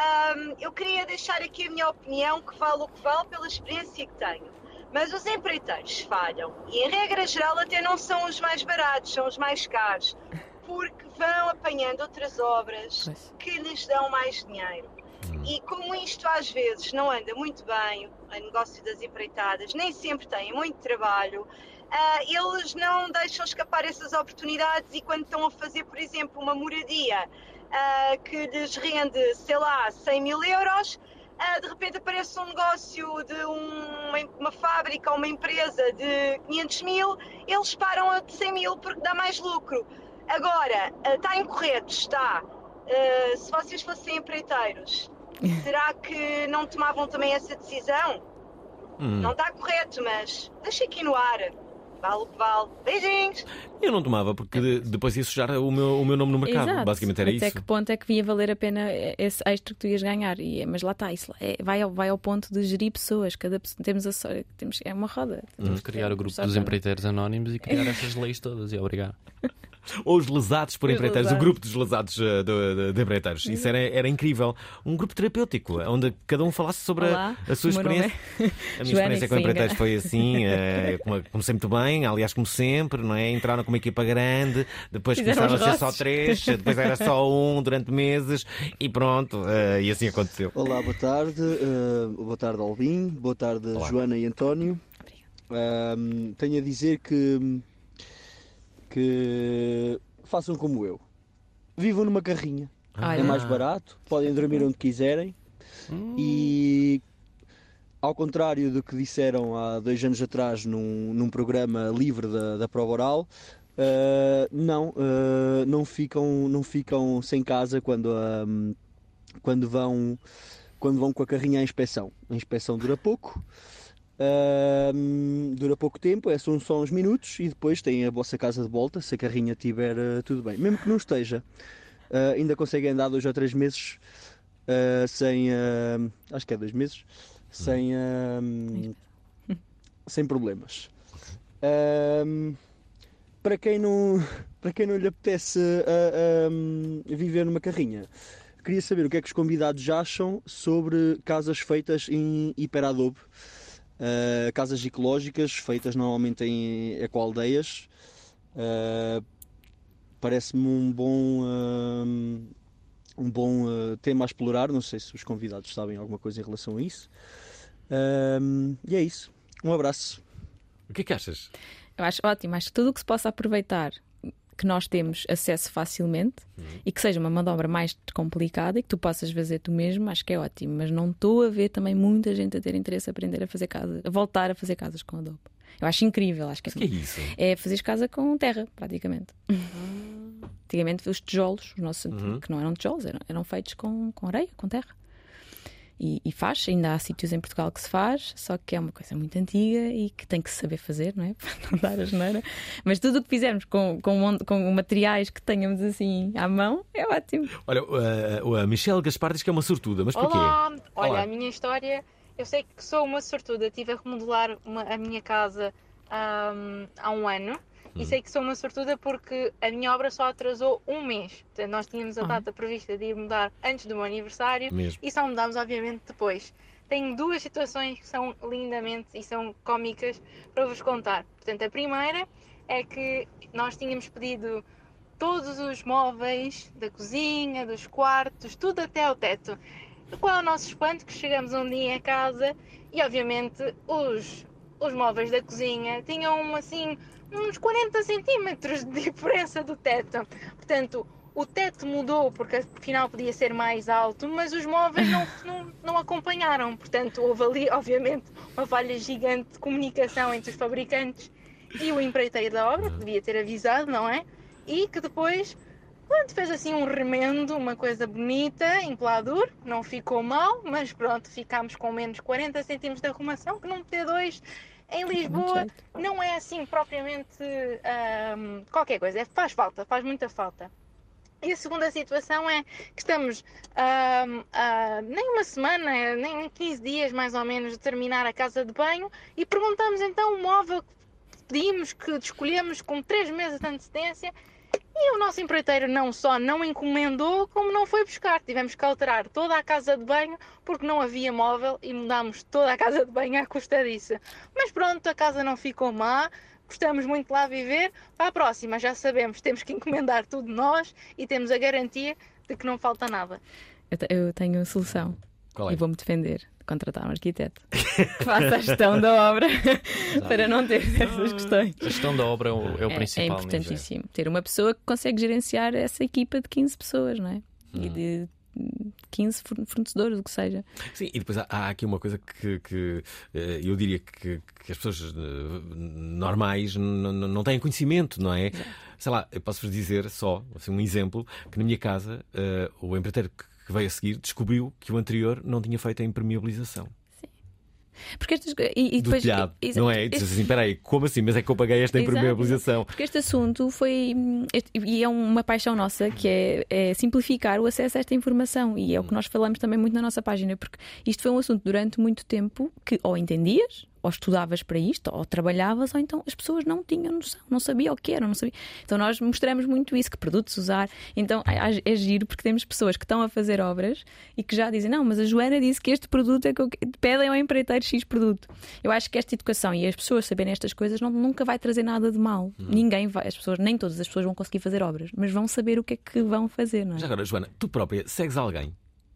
Eu queria deixar aqui a minha opinião, que vale o que vale pela experiência que tenho. Mas os empreiteiros falham e, em regra geral, até não são os mais baratos, são os mais caros, porque vão apanhando outras obras que lhes dão mais dinheiro. E como isto às vezes não anda muito bem, o negócio das empreitadas, nem sempre têm muito trabalho, eles não deixam escapar essas oportunidades e quando estão a fazer, por exemplo, uma moradia que lhes rende, sei lá, 100 mil euros, de repente aparece um negócio de uma fábrica ou uma empresa de 500 mil, eles param a de 100 mil porque dá mais lucro. Agora, está incorreto, está. Se vocês fossem empreiteiros, será que não tomavam também essa decisão? Não está correto, mas deixa aqui no ar. Vale o que vale. Beijinhos! Eu não tomava, porque depois ia sujar o meu nome no mercado. Exato. Basicamente era Até isso. que ponto é que ia valer a pena esse extra que tu ias ganhar? Mas lá está, isso vai ao ponto de gerir pessoas. É uma roda. Temos que criar o grupo dos empreiteiros anónimos e criar essas leis todas e obrigar. Ou os lesados por empreiteiros, o grupo dos lesados de empreiteiros. Isso era incrível. Um grupo terapêutico, onde cada um falasse sobre a sua experiência. A minha experiência com empreiteiros foi assim. Comecei muito bem, aliás, como sempre, não é? Entraram com uma equipa grande, depois começaram a ser só 3, depois era só 1 durante meses e pronto, e assim aconteceu. Olá, boa tarde. Boa tarde, Alvin. Boa tarde, olá. Joana e António. Tenho a dizer que façam como eu. Vivam numa carrinha. É mais barato, podem dormir onde quiserem. E ao contrário do que disseram há 2 anos atrás num programa livre da Prova Oral, não ficam sem casa quando vão com a carrinha à inspeção. A inspeção dura pouco. Dura pouco tempo, são só uns minutos e depois têm a vossa casa de volta se a carrinha estiver tudo bem. Mesmo que não esteja, ainda conseguem andar 2 ou 3 meses sem, acho que é 2 meses, sem problemas. Para quem não lhe apetece viver numa carrinha, queria saber o que é que os convidados acham sobre casas feitas em hiperadobe, casas ecológicas feitas normalmente em ecoaldeias. Parece-me um bom tema a explorar. Não sei se os convidados sabem alguma coisa em relação a isso. E é isso. Um abraço. O que é que achas? Eu acho ótimo. Acho que tudo o que se possa aproveitar, que nós temos acesso facilmente e que seja uma mão de obra mais complicada e que tu possas fazer tu mesmo, acho que é ótimo. Mas não estou a ver também muita gente a ter interesse em aprender a fazer casas, a voltar a fazer casas com adobe. Eu acho incrível. Acho que é isso? É fazer casa com terra, praticamente. Antigamente os tijolos, que não eram tijolos, eram feitos com areia, com terra. E faz, ainda há sítios em Portugal que se faz, só que é uma coisa muito antiga e que tem que se saber fazer, não é? Para não dar asneira. Mas tudo o que fizermos com materiais que tenhamos assim à mão é ótimo. Olha, a Michelle Gaspar diz que é uma sortuda, mas porquê? Olá! Olha, Olá. A minha história, eu sei que sou uma sortuda, estive a remodelar a minha casa há um ano. E sei que sou uma sortuda porque a minha obra só atrasou um mês. Portanto, nós tínhamos a data prevista de ir mudar antes do meu aniversário e só mudámos, obviamente, depois. Tenho 2 situações que são lindamente e são cómicas para vos contar. Portanto, a primeira é que nós tínhamos pedido todos os móveis da cozinha, dos quartos, tudo até ao teto. Qual é o nosso espanto? Que chegamos um dia a casa e, obviamente, os móveis da cozinha tinham assim uns 40 centímetros de diferença do teto. Portanto, o teto mudou porque afinal podia ser mais alto, mas os móveis não acompanharam. Portanto, houve ali, obviamente, uma falha gigante de comunicação entre os fabricantes e o empreiteiro da obra, que devia ter avisado, não é? E que depois, quando fez assim um remendo, uma coisa bonita, em pladur, não ficou mal, mas pronto, ficámos com menos 40 centímetros de arrumação, que num T2 em Lisboa não é assim propriamente qualquer coisa, faz falta, faz muita falta. E a segunda situação é que estamos nem uma semana, nem 15 dias mais ou menos de terminar a casa de banho e perguntamos então o móvel que pedimos, que escolhemos com 3 meses de antecedência. E o nosso empreiteiro não só não encomendou, como não foi buscar. Tivemos que alterar toda a casa de banho porque não havia móvel e mudámos toda a casa de banho à custa disso. Mas pronto, a casa não ficou má, gostamos muito de lá viver. Para a próxima já sabemos, temos que encomendar tudo nós e temos a garantia de que não falta nada. Eu tenho a solução. Qual é? E vou-me defender. Contratar um arquiteto que faça a gestão da obra para não ter essas questões. A gestão da obra é o principal. É importantíssimo. Ter uma pessoa que consegue gerenciar essa equipa de 15 pessoas, não é? E de 15 fornecedores, o que seja. Sim, e depois há aqui uma coisa que eu diria que as pessoas normais não têm conhecimento, não é? Exato. Sei lá, eu posso-vos dizer só assim, um exemplo, que na minha casa o empreiteiro que veio a seguir descobriu que o anterior não tinha feito a impermeabilização. Sim. Porque e depois, do telhado, não é? Diz assim, espera aí, como assim? Mas é que eu paguei esta impermeabilização. Porque este assunto foi, e é uma paixão nossa, que é simplificar o acesso a esta informação, e é o que nós falamos também muito na nossa página, porque isto foi um assunto durante muito tempo que ou entendias, ou estudavas para isto, ou trabalhavas, ou então as pessoas não tinham noção, não sabiam o que era, não sabiam. Então nós mostramos muito isso, que produtos usar. Então é giro porque temos pessoas que estão a fazer obras e que já dizem, não, mas a Joana disse que este produto é que pedem ao empreiteiro X produto. Eu acho que esta educação e as pessoas saberem estas coisas nunca vai trazer nada de mal. Ninguém vai, nem todas as pessoas vão conseguir fazer obras, mas vão saber o que é que vão fazer, não é? Já agora, Joana, tu própria segues alguém?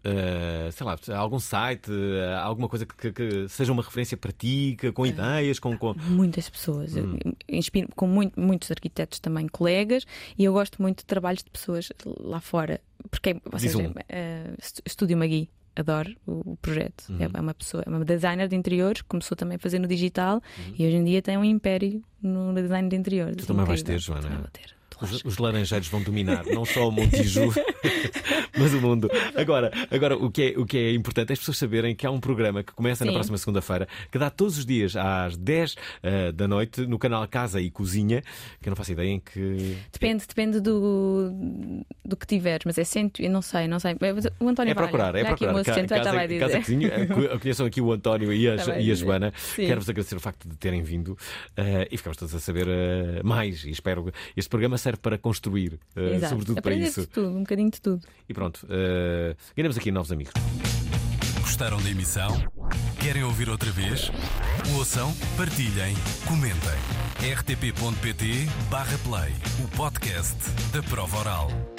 Sei lá, algum site, alguma coisa que seja uma referência para ti, com ideias, com... Muitas pessoas. Inspiro com muitos arquitetos também, colegas, e eu gosto muito de trabalhos de pessoas lá fora. Porque, ou seja, Estúdio Magui, adoro o projeto. É uma pessoa, é uma designer de interiores, começou também a fazer no digital e hoje em dia tem um império no design de interiores. Tu também vais ter, Joana? Vou ter. Os laranjeiros vão dominar, não só o Montijo, mas o mundo. Agora o que é importante é as pessoas saberem que há um programa que começa na próxima segunda-feira, que dá todos os dias às 10 da noite no canal Casa e Cozinha, que eu não faço ideia em que... Depende do que tiveres, mas é 100, eu não sei. O António vai procurar. Casa Cozinha. Conheçam aqui o António e a Joana. Quero-vos agradecer o facto de terem vindo e ficamos todos a saber mais, e espero que este programa serve para construir, sobretudo para isso. De tudo, um bocadinho de tudo. E pronto, ganhamos aqui novos amigos. Gostaram da emissão? Querem ouvir outra vez? Ouçam, partilhem, comentem. rtp.pt/play, o podcast da Prova Oral.